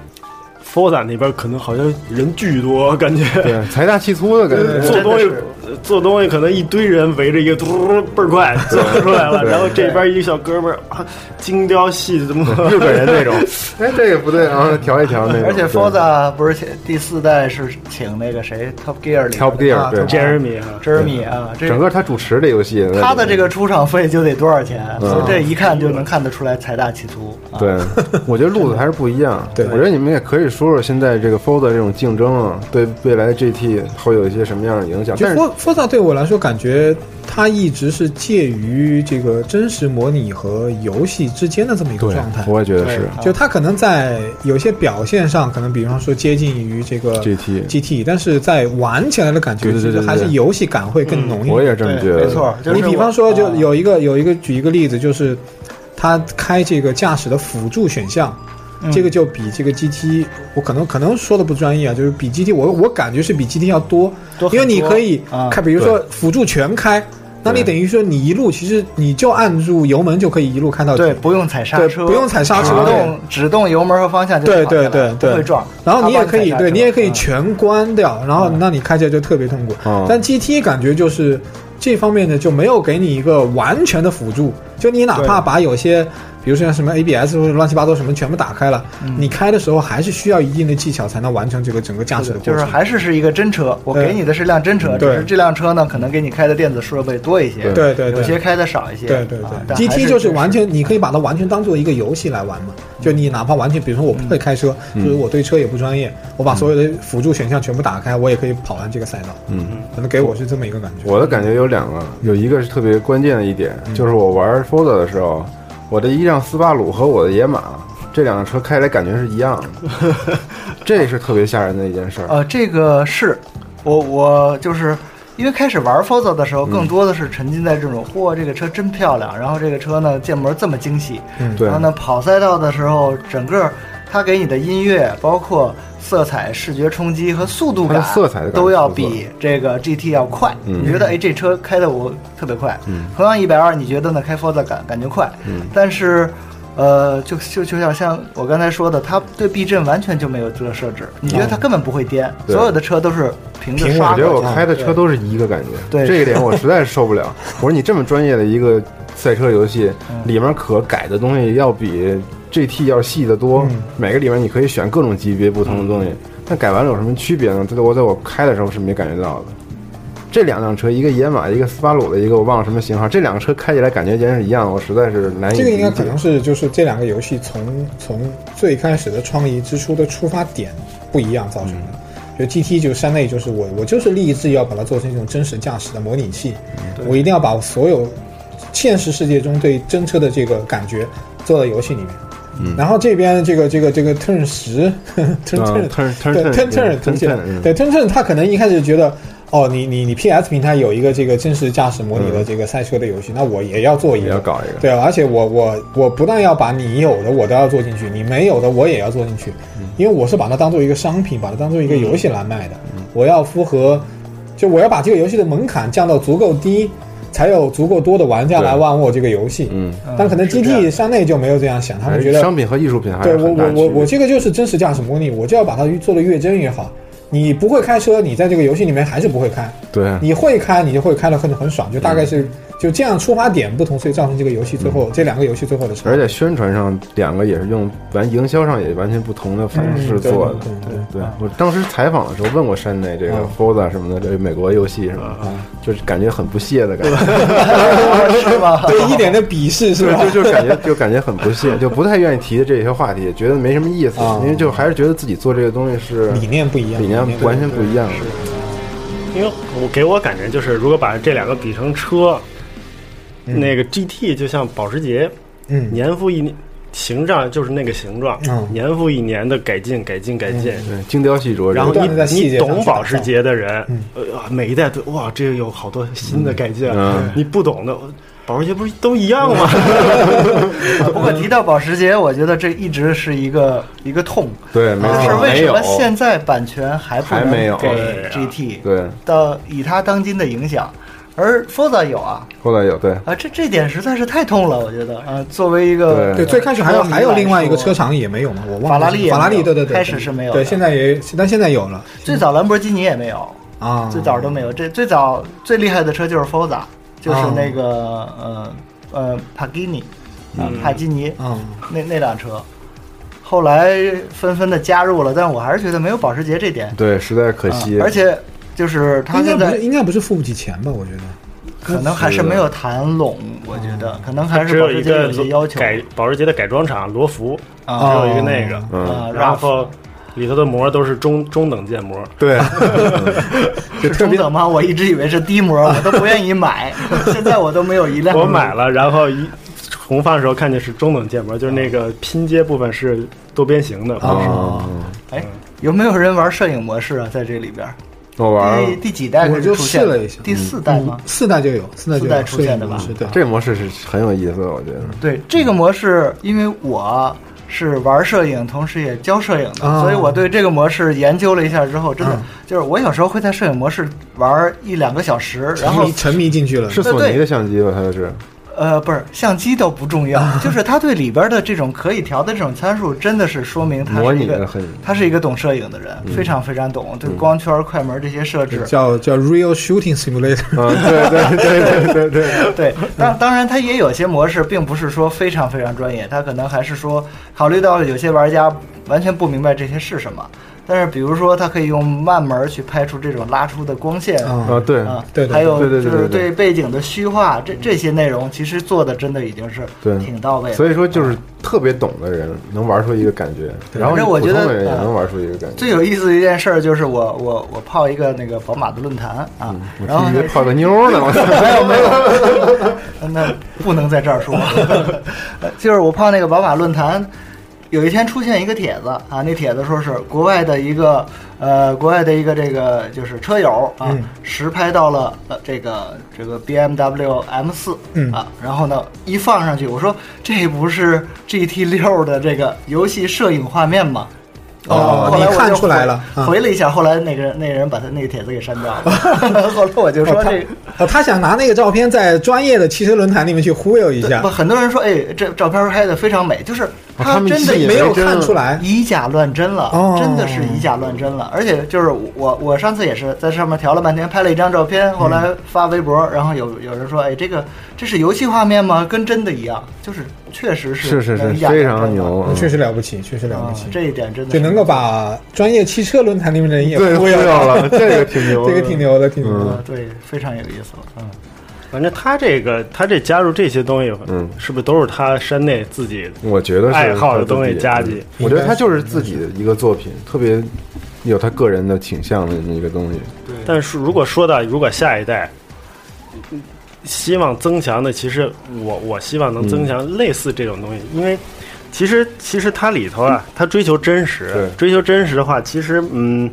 ，Forza 那边可能好像人巨多，感觉对财大气粗的感觉， 做东西可能一堆人围着一个倍儿快做出来了，然后这边一个小哥们儿精雕细怎么日本人那种，哎，这个不对啊，调一调那个。 而且 Forza 不是第4代是请那个谁 Top Gear 里 Top Gear 对 Jeremy 啊， 整个他主持这游戏， 他的这个出场费就得多少钱？所以这一看就能看得出来财大气粗。 对，我觉得路子还是不一样。对，我觉得你们也可以说说现在这个 Forza 这种竞争啊，对未来的 GT 会有一些什么样的影响？但是 Forza 对我来说，感觉它一直是介于这个真实模拟和游戏之间的这么一个状态。 我也觉得是， 就它可能在有些表现上，可能比方说接近于这个 GT， 但是在玩起来的感觉，其实还是游戏感会更浓一点。 我也这么觉得， 没错。 你比方说，就有一个举一个例子，就是它开这个驾驶的辅助选项。这个就比这个 GT， 我可能说的不专业啊，就是比 GT， 我感觉是比 GT 要多，因为你可以看，比如说辅助全开，那你等于说你一路其实你就按住油门就可以一路开到底， 对，不用踩刹车， 不用踩刹车， 只动油门和方向就对， 不会撞。 然后你也可以，对你也可以全关掉，然后那你开起来就特别痛苦。但 GT 感觉就是这方面呢就没有给你一个完全的辅助，就你哪怕把有些。比如说像什么 ABS 或者乱七八糟什么全部打开了，你开的时候还是需要一定的技巧才能完成这个整个驾驶的过程。 就是还是一个真车，我给你的是辆真车，只是这辆车呢可能给你开的电子设备多一些， 对， 有些开的少一些。 对。GT 就是完全你可以把它完全当做一个游戏来玩嘛，就你哪怕完全比如说我不会开车，就是我对车也不专业，我把所有的辅助选项全部打开，我也可以跑完这个赛道。可能给我是这么一个感觉。 我的感觉有2个，有一个是特别关键的一点，就是我玩 Forza 的时候。我的一辆斯巴鲁和我的野马，这2个车开起来感觉是一样的，这是特别吓人的一件事儿。 这个是我就是因为开始玩 Forza 的时候，更多的是沉浸在这种，这个车真漂亮，然后这个车呢建模这么精细，然后呢跑赛道的时候，整个它给你的音乐，包括色彩、视觉冲击和速度感， 色彩的都要比这个 GT 要快。你觉得这车开的我特别快，同样120，你觉得呢开 Forza 感觉快，但是。就像我刚才说的，它对避震完全就没有这个设置，你觉得它根本不会颠，所有的车都是平着刷。 我觉得我开的车都是一个感觉， 对这一点我实在是受不了。我说你这么专业的一个赛车游戏，里面可改的东西要比 GT 要细得多，每个里面你可以选各种级别不同的东西，但改完了有什么区别呢？我在我开的时候是没感觉到的。这2辆车，一个野马，一个斯巴鲁的，一个我忘了什么型号，这2个车开起来感觉简直是一样的，我实在是难以理解。 这个应该可能是就是这2个游戏从最开始的创意之初的出发点不一样造成的。就 GT 就山内就是我就是立志要把它做成一种真实驾驶的模拟器，我一定要把所有现实世界中对真车的这个感觉做到游戏里面。然后这边这个 turn 10 turn 他可能一开始觉得你 PS 平台有一个这个真实驾驶模拟的这个赛车的游戏，那我也要做一个， 也要搞一个。 对啊，而且我不但要把你有的我都要做进去，你没有的我也要做进去，因为我是把它当做一个商品，把它当做一个游戏来卖的。我要符合，就我要把这个游戏的门槛降到足够低，才有足够多的玩家来玩我这个游戏。但可能 GT 山内就没有这样想，他们觉得商品和艺术品还对我这个就是真实驾驶模拟，我就要把它做得越真越好。你不会开车，你在这个游戏里面还是不会开。 对， 你会开，你就会开得很爽，就大概是就这样出发点不同，所以造成这个游戏最后这2个游戏最后的差。 而且宣传上2个也是用营销上也完全不同的方式做的。对，我当时采访的时候问过山内这个 Forza 什么的，这美国游戏什么，就是感觉很不屑的感觉， 是吧？ 对，一点的鄙视是吧？ 就感觉很不屑，就不太愿意提这些话题，觉得没什么意思，因为就还是觉得自己做这个东西是理念不一样， 完全不一样。 因为给我感觉就是，如果把这2个比成车，那个 GT 就像保时捷，年复一年，形状就是那个形状，年复一年的改进，对， 精雕细琢。 然后你懂保时捷的人，每一代都哇，这个有好多新的改进。你不懂的，保时捷不是都一样吗？ 不过提到保时捷，我觉得这一直是一个痛。 对，没错。 就是为什么现在版权还不能给 GT？ 对， 以它当今的影响。而 Forza 有啊 ，Forza 有，对啊，这点实在是太痛了，我觉得啊，作为一个对最开始还有另外一个车厂也没有嘛，我忘了，法拉利对， 开始是没有， 对，现在但现在有了， 最早兰博基尼也没有啊，最早都没有，这最早最厉害的车就是 Forza， 就是那个帕基尼那辆车。后来纷纷的加入了，但是我还是觉得没有保时捷这点， 对，实在可惜， 而且。就是他现在应该不是付不起钱吧？我觉得可能还是没有谈拢。我觉得可能还是保时捷有些要求。 保时捷的改装厂罗孚只有一个那个然后里头的膜都是中等建模。 对， 是中等吗？我一直以为是低模，我都不愿意买。现在我都没有一辆。 我买了，然后重放的时候看见是中等建模，就是那个拼接部分是多边形的。 有没有人玩摄影模式啊？在这里边？ 我玩第几代我就试了一下， 第4代吗 ？4代就有，4代出现的吧？ 对，这个模式是很有意思的，我觉得。 对这个模式，因为我是玩摄影，同时也教摄影的，所以我对这个模式研究了一下之后，真的就是我有时候会在摄影模式玩1-2个小时，然后沉迷进去了。 是索尼的相机吧？它就是。 不是相机都不重要，就是它对里边的这种可以调的这种参数，真的是说明他是一个懂摄影的人，非常非常懂，对光圈、快门这些设置， 叫 Real Shooting Simulator。 对。当然，它也有些模式并不是说非常非常专业，它可能还是说考虑到有些玩家完全不明白这些是什么。但是，比如说，它可以用慢门去拍出这种拉出的光线对， 还有就是对背景的虚化，这些内容其实做的真的已经是挺到位的。 所以说，就是特别懂的人能玩出一个感觉，然后我觉得也能玩出一个感觉。 最有意思的一件事就是我泡一个那个宝马的论坛啊，然后泡个妞呢， 没有，那不能在这儿说，就是我泡那个宝马论坛。 有一天出现一个帖子啊，那帖子说是国外的一个这个就是车友啊，实拍到了这个 BMW M4 啊，然后呢一放上去，我说这不是 GT6的这个游戏摄影画面吗？后来你看出来了， 回了一下，后来那个人把他那个帖子给删掉了。后来我就说他想拿那个照片在专业的汽车论坛里面去忽悠一下。 很多人说，哎，这照片拍的非常美，就是他真的没有看出来， 以假乱真了，真的是以假乱真了。而且就是我上次也是在上面调了半天，拍了一张照片，后来发微博，然后有人说，哎，这是游戏画面吗？跟真的一样，就是确实是非常牛， 确实了不起，确实了不起。 这一点真的就能够把专业汽车论坛里面的人也忽悠了，这个挺牛， 这个挺牛的，挺牛的， 对，非常有意思。 反正他这加入这些东西，是不是都是他山内自己我觉得是爱好的东西加进？ 我觉得他就是自己的一个作品，特别有他个人的倾向的一个东西。 对，但是如果下一代希望增强的，其实我希望能增强类似这种东西，因为其实它里头啊，它追求真实，追求真实的话，其实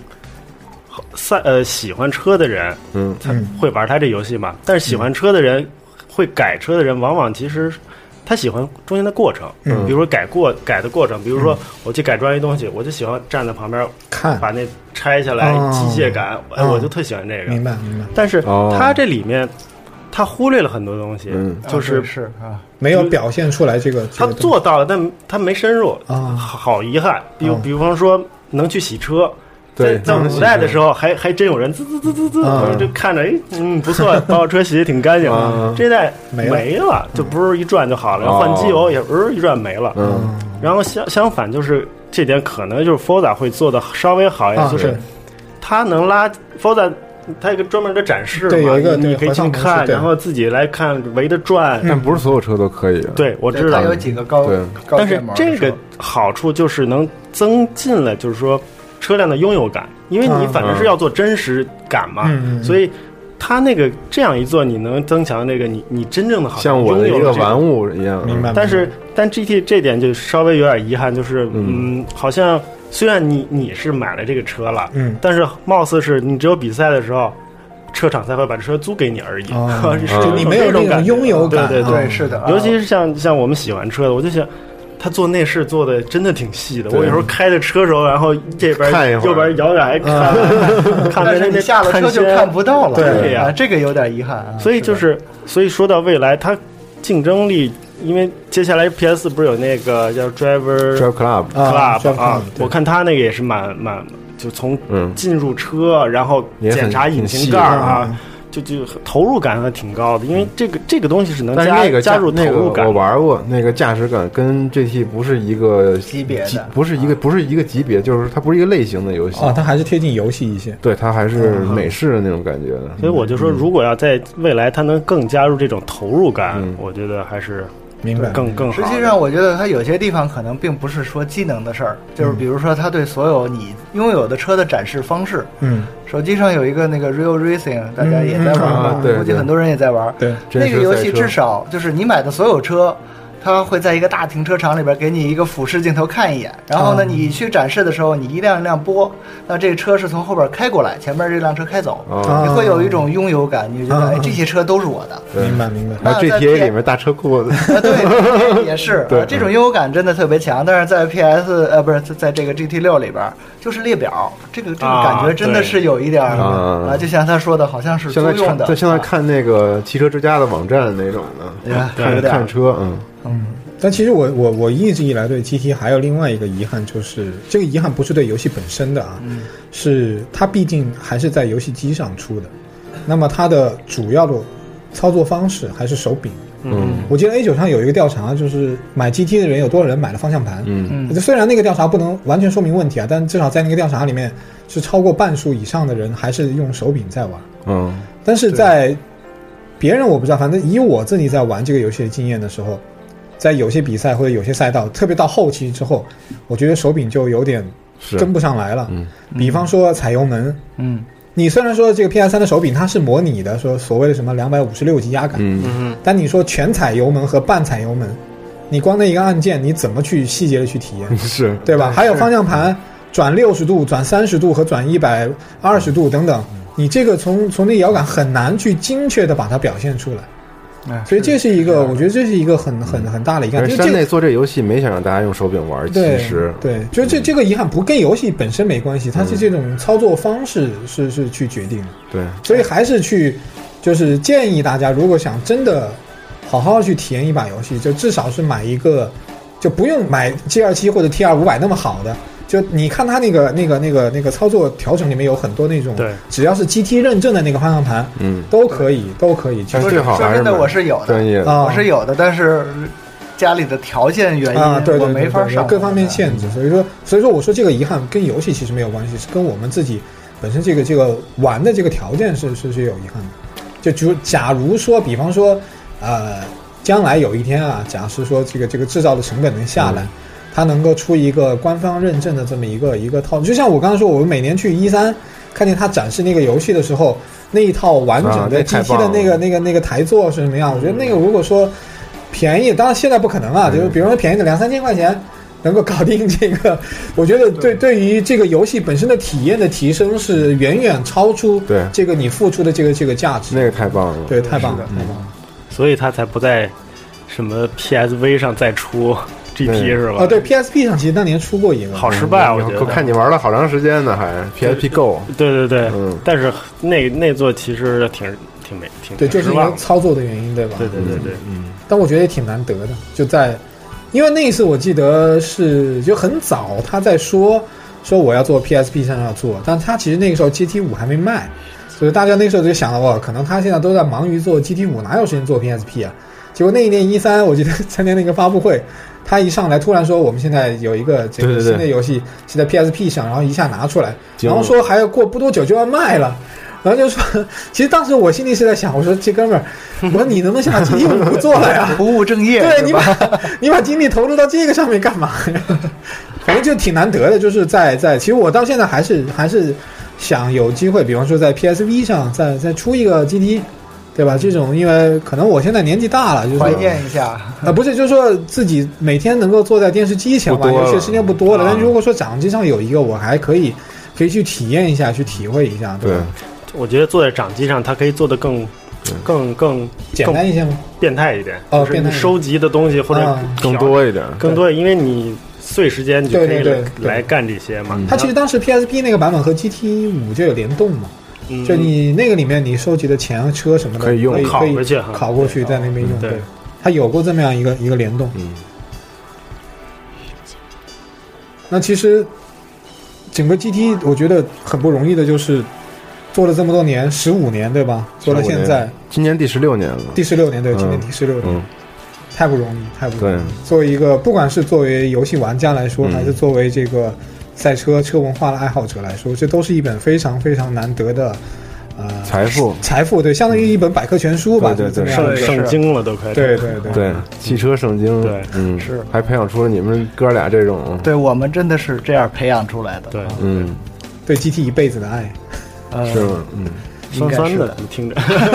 喜欢车的人，他会玩他这游戏嘛。但是喜欢车的人，会改车的人，往往其实他喜欢中间的过程，比如说改的过程，比如说我去改装一东西，我就喜欢站在旁边看， 把那拆下来，机械感，我就特喜欢这个。 明白。 但是他这里面，他忽略了很多东西，就是没有表现出来这个。 他做到了，但他没深入，好遗憾。比方说能去洗车。在古代的时候还真有人滋，就看着不错，把我车洗得挺干净。这代没了，就不是一转就好了，换机油也不是一转没了。然后相反就是这点可能就是 Forza 会做的稍微好一点，就是他能拉 Forza。它有一个专门的展示嘛， 对，有一个你可以进看，然后自己来看围着转， 但不是所有车都可以。 对，我知道。 它有几个高， 但是这个好处就是能增进了，就是说车辆的拥有感，因为你反正是要做真实感嘛，所以它那个这样一做，你能增强那个你真正的好像我的一个玩物一样。 明白。 但 GT 这点就稍微有点遗憾，就是好像。虽然你是买了这个车了，但是貌似是你只有比赛的时候，车厂才会把车租给你而已， 就你没有这种拥有感。 对，是的。 尤其是像我们喜欢车的，我就想，他做内饰做的真的挺细的。我有时候开着车时候，然后这边右边摇着还看， 但是你下了车就看不到了。 对呀， 这个有点遗憾。 所以说到未来，它竞争力。因为接下来 PS 不是有那个叫 Drive Club 啊，我看他那个也是蛮就从进入车，然后检查引擎盖啊，就投入感还挺高的。因为这个东西是能加入投入感。 我玩过那个驾驶感跟 GT 不是一个级别的， 不是一个级别，就是它不是一个类型的游戏它还是贴近游戏一些。 对，它还是美式的那种感觉的。 所以我就说，如果要在未来它能更加入这种投入感，我觉得还是。 明白， 更好。 实际上，我觉得它有些地方可能并不是说机能的事儿，就是比如说它对所有你拥有的车的展示方式。手机上有一个那个 Real Racing， 大家也在玩吧？估计很多人也在玩。 对， 那个游戏至少就是你买的所有车。它会在一个大停车场里边给你一个俯视镜头看一眼，然后呢，你去展示的时候，你一辆一辆播，那这个车是从后边开过来，前面这辆车开走，你会有一种拥有感，你就觉得哎，这些车都是我的。 明白。 还有 GTA 里面大车库的， 对，也是这种拥有感真的特别强。但是在 PS 不是在这个 GT6 里边，就是列表，这个感觉真的是有一点就像他说的，好像是租用的。 就像看那个汽车之家的网站那种的，看车， 但其实我一直以来对 GT 还有另外一个遗憾，就是这个遗憾不是对游戏本身的是它毕竟还是在游戏机上出的，那么它的主要的操作方式还是手柄。我记得 A9 上有一个调查，就是买 GT 的人有多少人买了方向盘。虽然那个调查不能完全说明问题但至少在那个调查里面是超过半数以上的人还是用手柄在玩。但是在别人我不知道，反正以我自己在玩这个游戏的经验的时候，在有些比赛或者有些赛道，特别到后期之后，我觉得手柄就有点跟不上来了。比方说踩油门，你虽然说这个 PS3 的手柄它是模拟的，说所谓的什么256级压感，但你说全踩油门和半踩油门， 你光那一个按键，你怎么去细节的去体验？ 是对吧？还有方向盘转60度、转30度和转120度等等，你这个从那个摇杆很难去精确的把它表现出来。所以这是一个，我觉得这是一个很大的遗憾。 山内做这游戏没想让大家用手柄玩，其实对，就这个遗憾不跟游戏本身没关系，它是这种操作方式是去决定的。 对， 所以还是就是建议大家，如果想真的好好去体验一把游戏，就至少是买一个，就不用买 G27或者 TR500 那么好的。就你看它那个操作调整里面有很多那种， 对， 只要是 GT 认证的那个方向盘，都可以。 但最好还是真的我是有的，我是有的，但是家里的条件原因， 对， 我没法上， 各方面限制，所以说我说这个遗憾跟游戏其实没有关系，是跟我们自己本身这个玩的这个条件是有遗憾的。就假如说，比方说，将来有一天啊，假设说这个制造的成本能下来。它能够出一个官方认证的这么一个套，就像我刚刚说，我们每年去E3看见他展示那个游戏的时候，那一套完整的 GT 的那个台座是什么样？我觉得那个如果说便宜，当然现在不可能啊，就是比如说便宜的2-3千块钱能够搞定这个，我觉得对于这个游戏本身的体验的提升是远远超出这个你付出的这个价值。 那个太棒了， 对，太棒了，太棒了。 所以他才不在什么 PSV 上再出。GT 是吧？ 对 PSP 上其实当年出过一个， 好失败，我觉得。 看你玩了好长时间呢，还 PSP Go。 对，但是那座其实挺对，就是因为操作的原因，对吧？ 对， 但我觉得也挺难得的，因为那一次我记得就很早他在说我要做 PSP 上要做，但他其实那个时候 GT5 还没卖，所以大家那个时候就想了，可能他现在都在忙于做 GT5，哪有时间做 PSP 啊？结果那一年E3，我记得参加那个发布会。他一上来突然说我们现在有一个这个新的游戏是在 PSP 上，然后一下拿出来，然后说还要过不多久就要卖了，然后就说，其实当时我心里是在想，我说这哥们儿，我说你能不能先把 GT5 不做了呀？ 不务正业， 对你把精力投入到这个上面干嘛呀？反正就挺难得的，就是在其实我到现在还是想有机会，比方说在 PSV 上再出一个 GT。对吧？这种因为可能我现在年纪大了，就是怀念一下不是，就是说自己每天能够坐在电视机前玩游戏时间不多了。但如果说掌机上有一个，我还可以去体验一下，去体会一下。对， 我觉得坐在掌机上，它可以做得更简单一些吗？ 变态一点， 变态收集的东西或者更多一点， 因为你碎时间你就可以来干这些嘛。 它其实当时 PSP 那个版本和 GT5 就有联动嘛。就你那个里面你收集的钱车什么的可以用， 可以拷过去在那边用。对，它有过这么样一个联动。那其实整个 GT 我觉得很不容易的，就是做了这么多年，15年对吧？做到现在， 今年第16年了。 第16年，对，今年第16年，太不容易，太不容易。 对， 作为一个不管是作为游戏玩家来说，还是作为这个。赛车文化的爱好者来说，这都是一本非常非常难得的财富，对，相当于一本百科全书吧， 对， 圣经了都快。 对， 汽车圣经， 对， 是还培养出了你们哥俩这种， 对我们真的是这样培养出来的， 对， 对 GT 一辈子的爱， 是吗？ 酸酸的，你听着，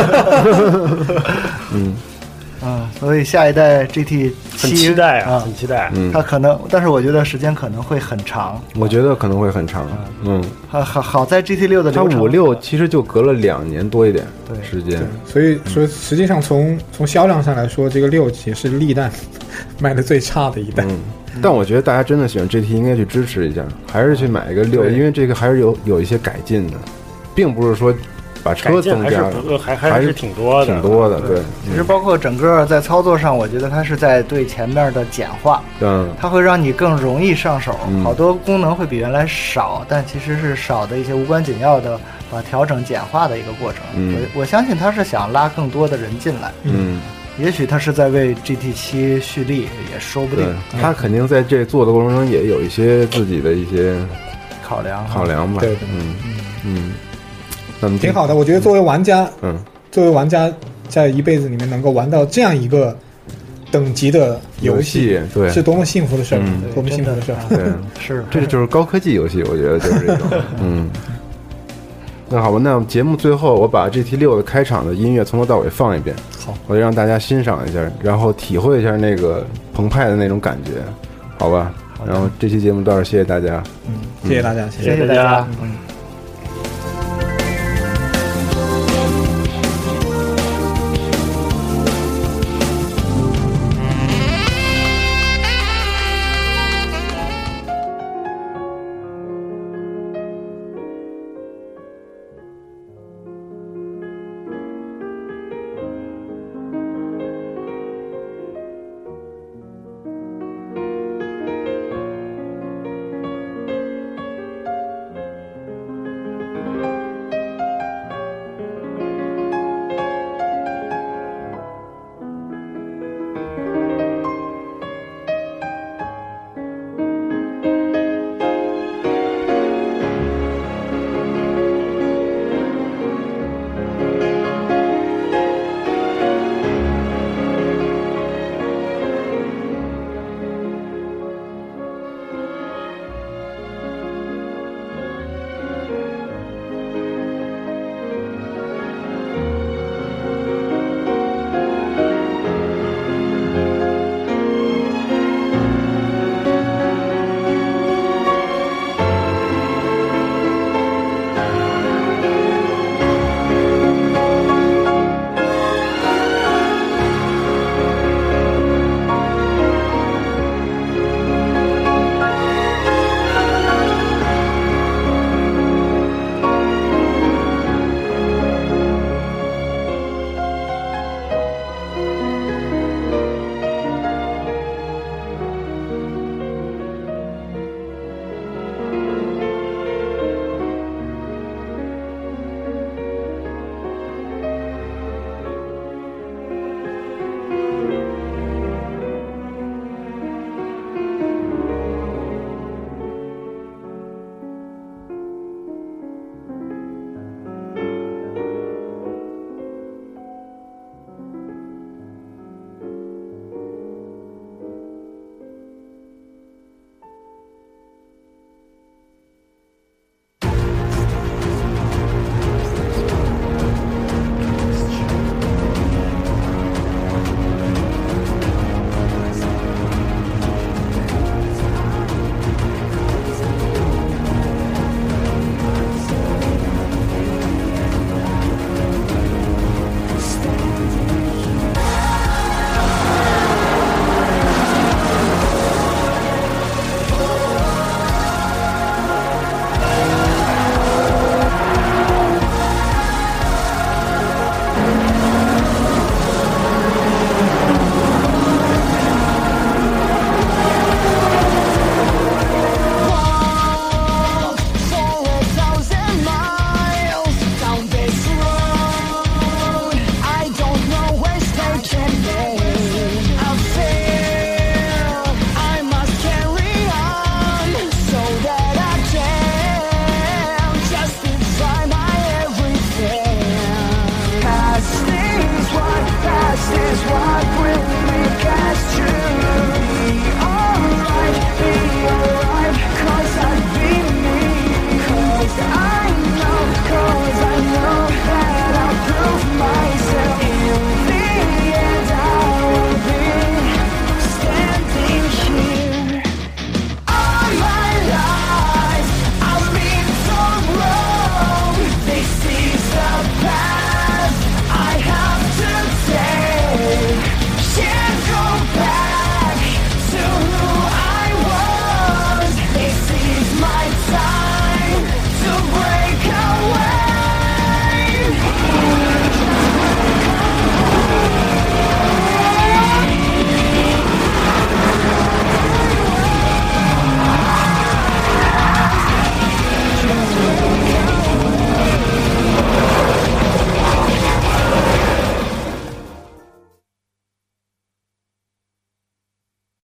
所以下一代 GT7 很期待啊，很期待。 它可能，但是我觉得时间可能会很长。 我觉得可能会很长。 好在 GT6 的流程， 它5、6其实就隔了2年多一点时间。 所以说，实际上从销量上来说，这个6也是历代卖的最差的一代。 但我觉得大家真的喜欢 GT， 应该去支持一下，还是去买一个6，因为这个还是有一些改进的，并不是说。把车增加了， 还是挺多的，对。 其实包括整个在操作上，我觉得它是在对前面的简化，它会让你更容易上手，好多功能会比原来少，但其实是少的一些无关紧要的，把调整简化的一个过程。我相信他是想拉更多的人进来，也许他是在为 GT7 蓄力，也说不定。 他肯定在这做的过程中也有一些自己的一些考量吧， 对，挺好的，我觉得作为玩家，在一辈子里面能够玩到这样一个等级的游戏， 对， 是多么幸福的事儿，多么幸福的事儿。 对， 是， 这就是高科技游戏，我觉得就是这种， 那好吧，那节目最后我把 GT6 的开场的音乐从头到尾放一遍， 好， 我就让大家欣赏一下，然后体会一下那个澎湃的那种感觉，好吧？然后这期节目到这儿，谢谢大家。 谢谢大家， 谢谢大家。 'Cause I'd be me, 'cause I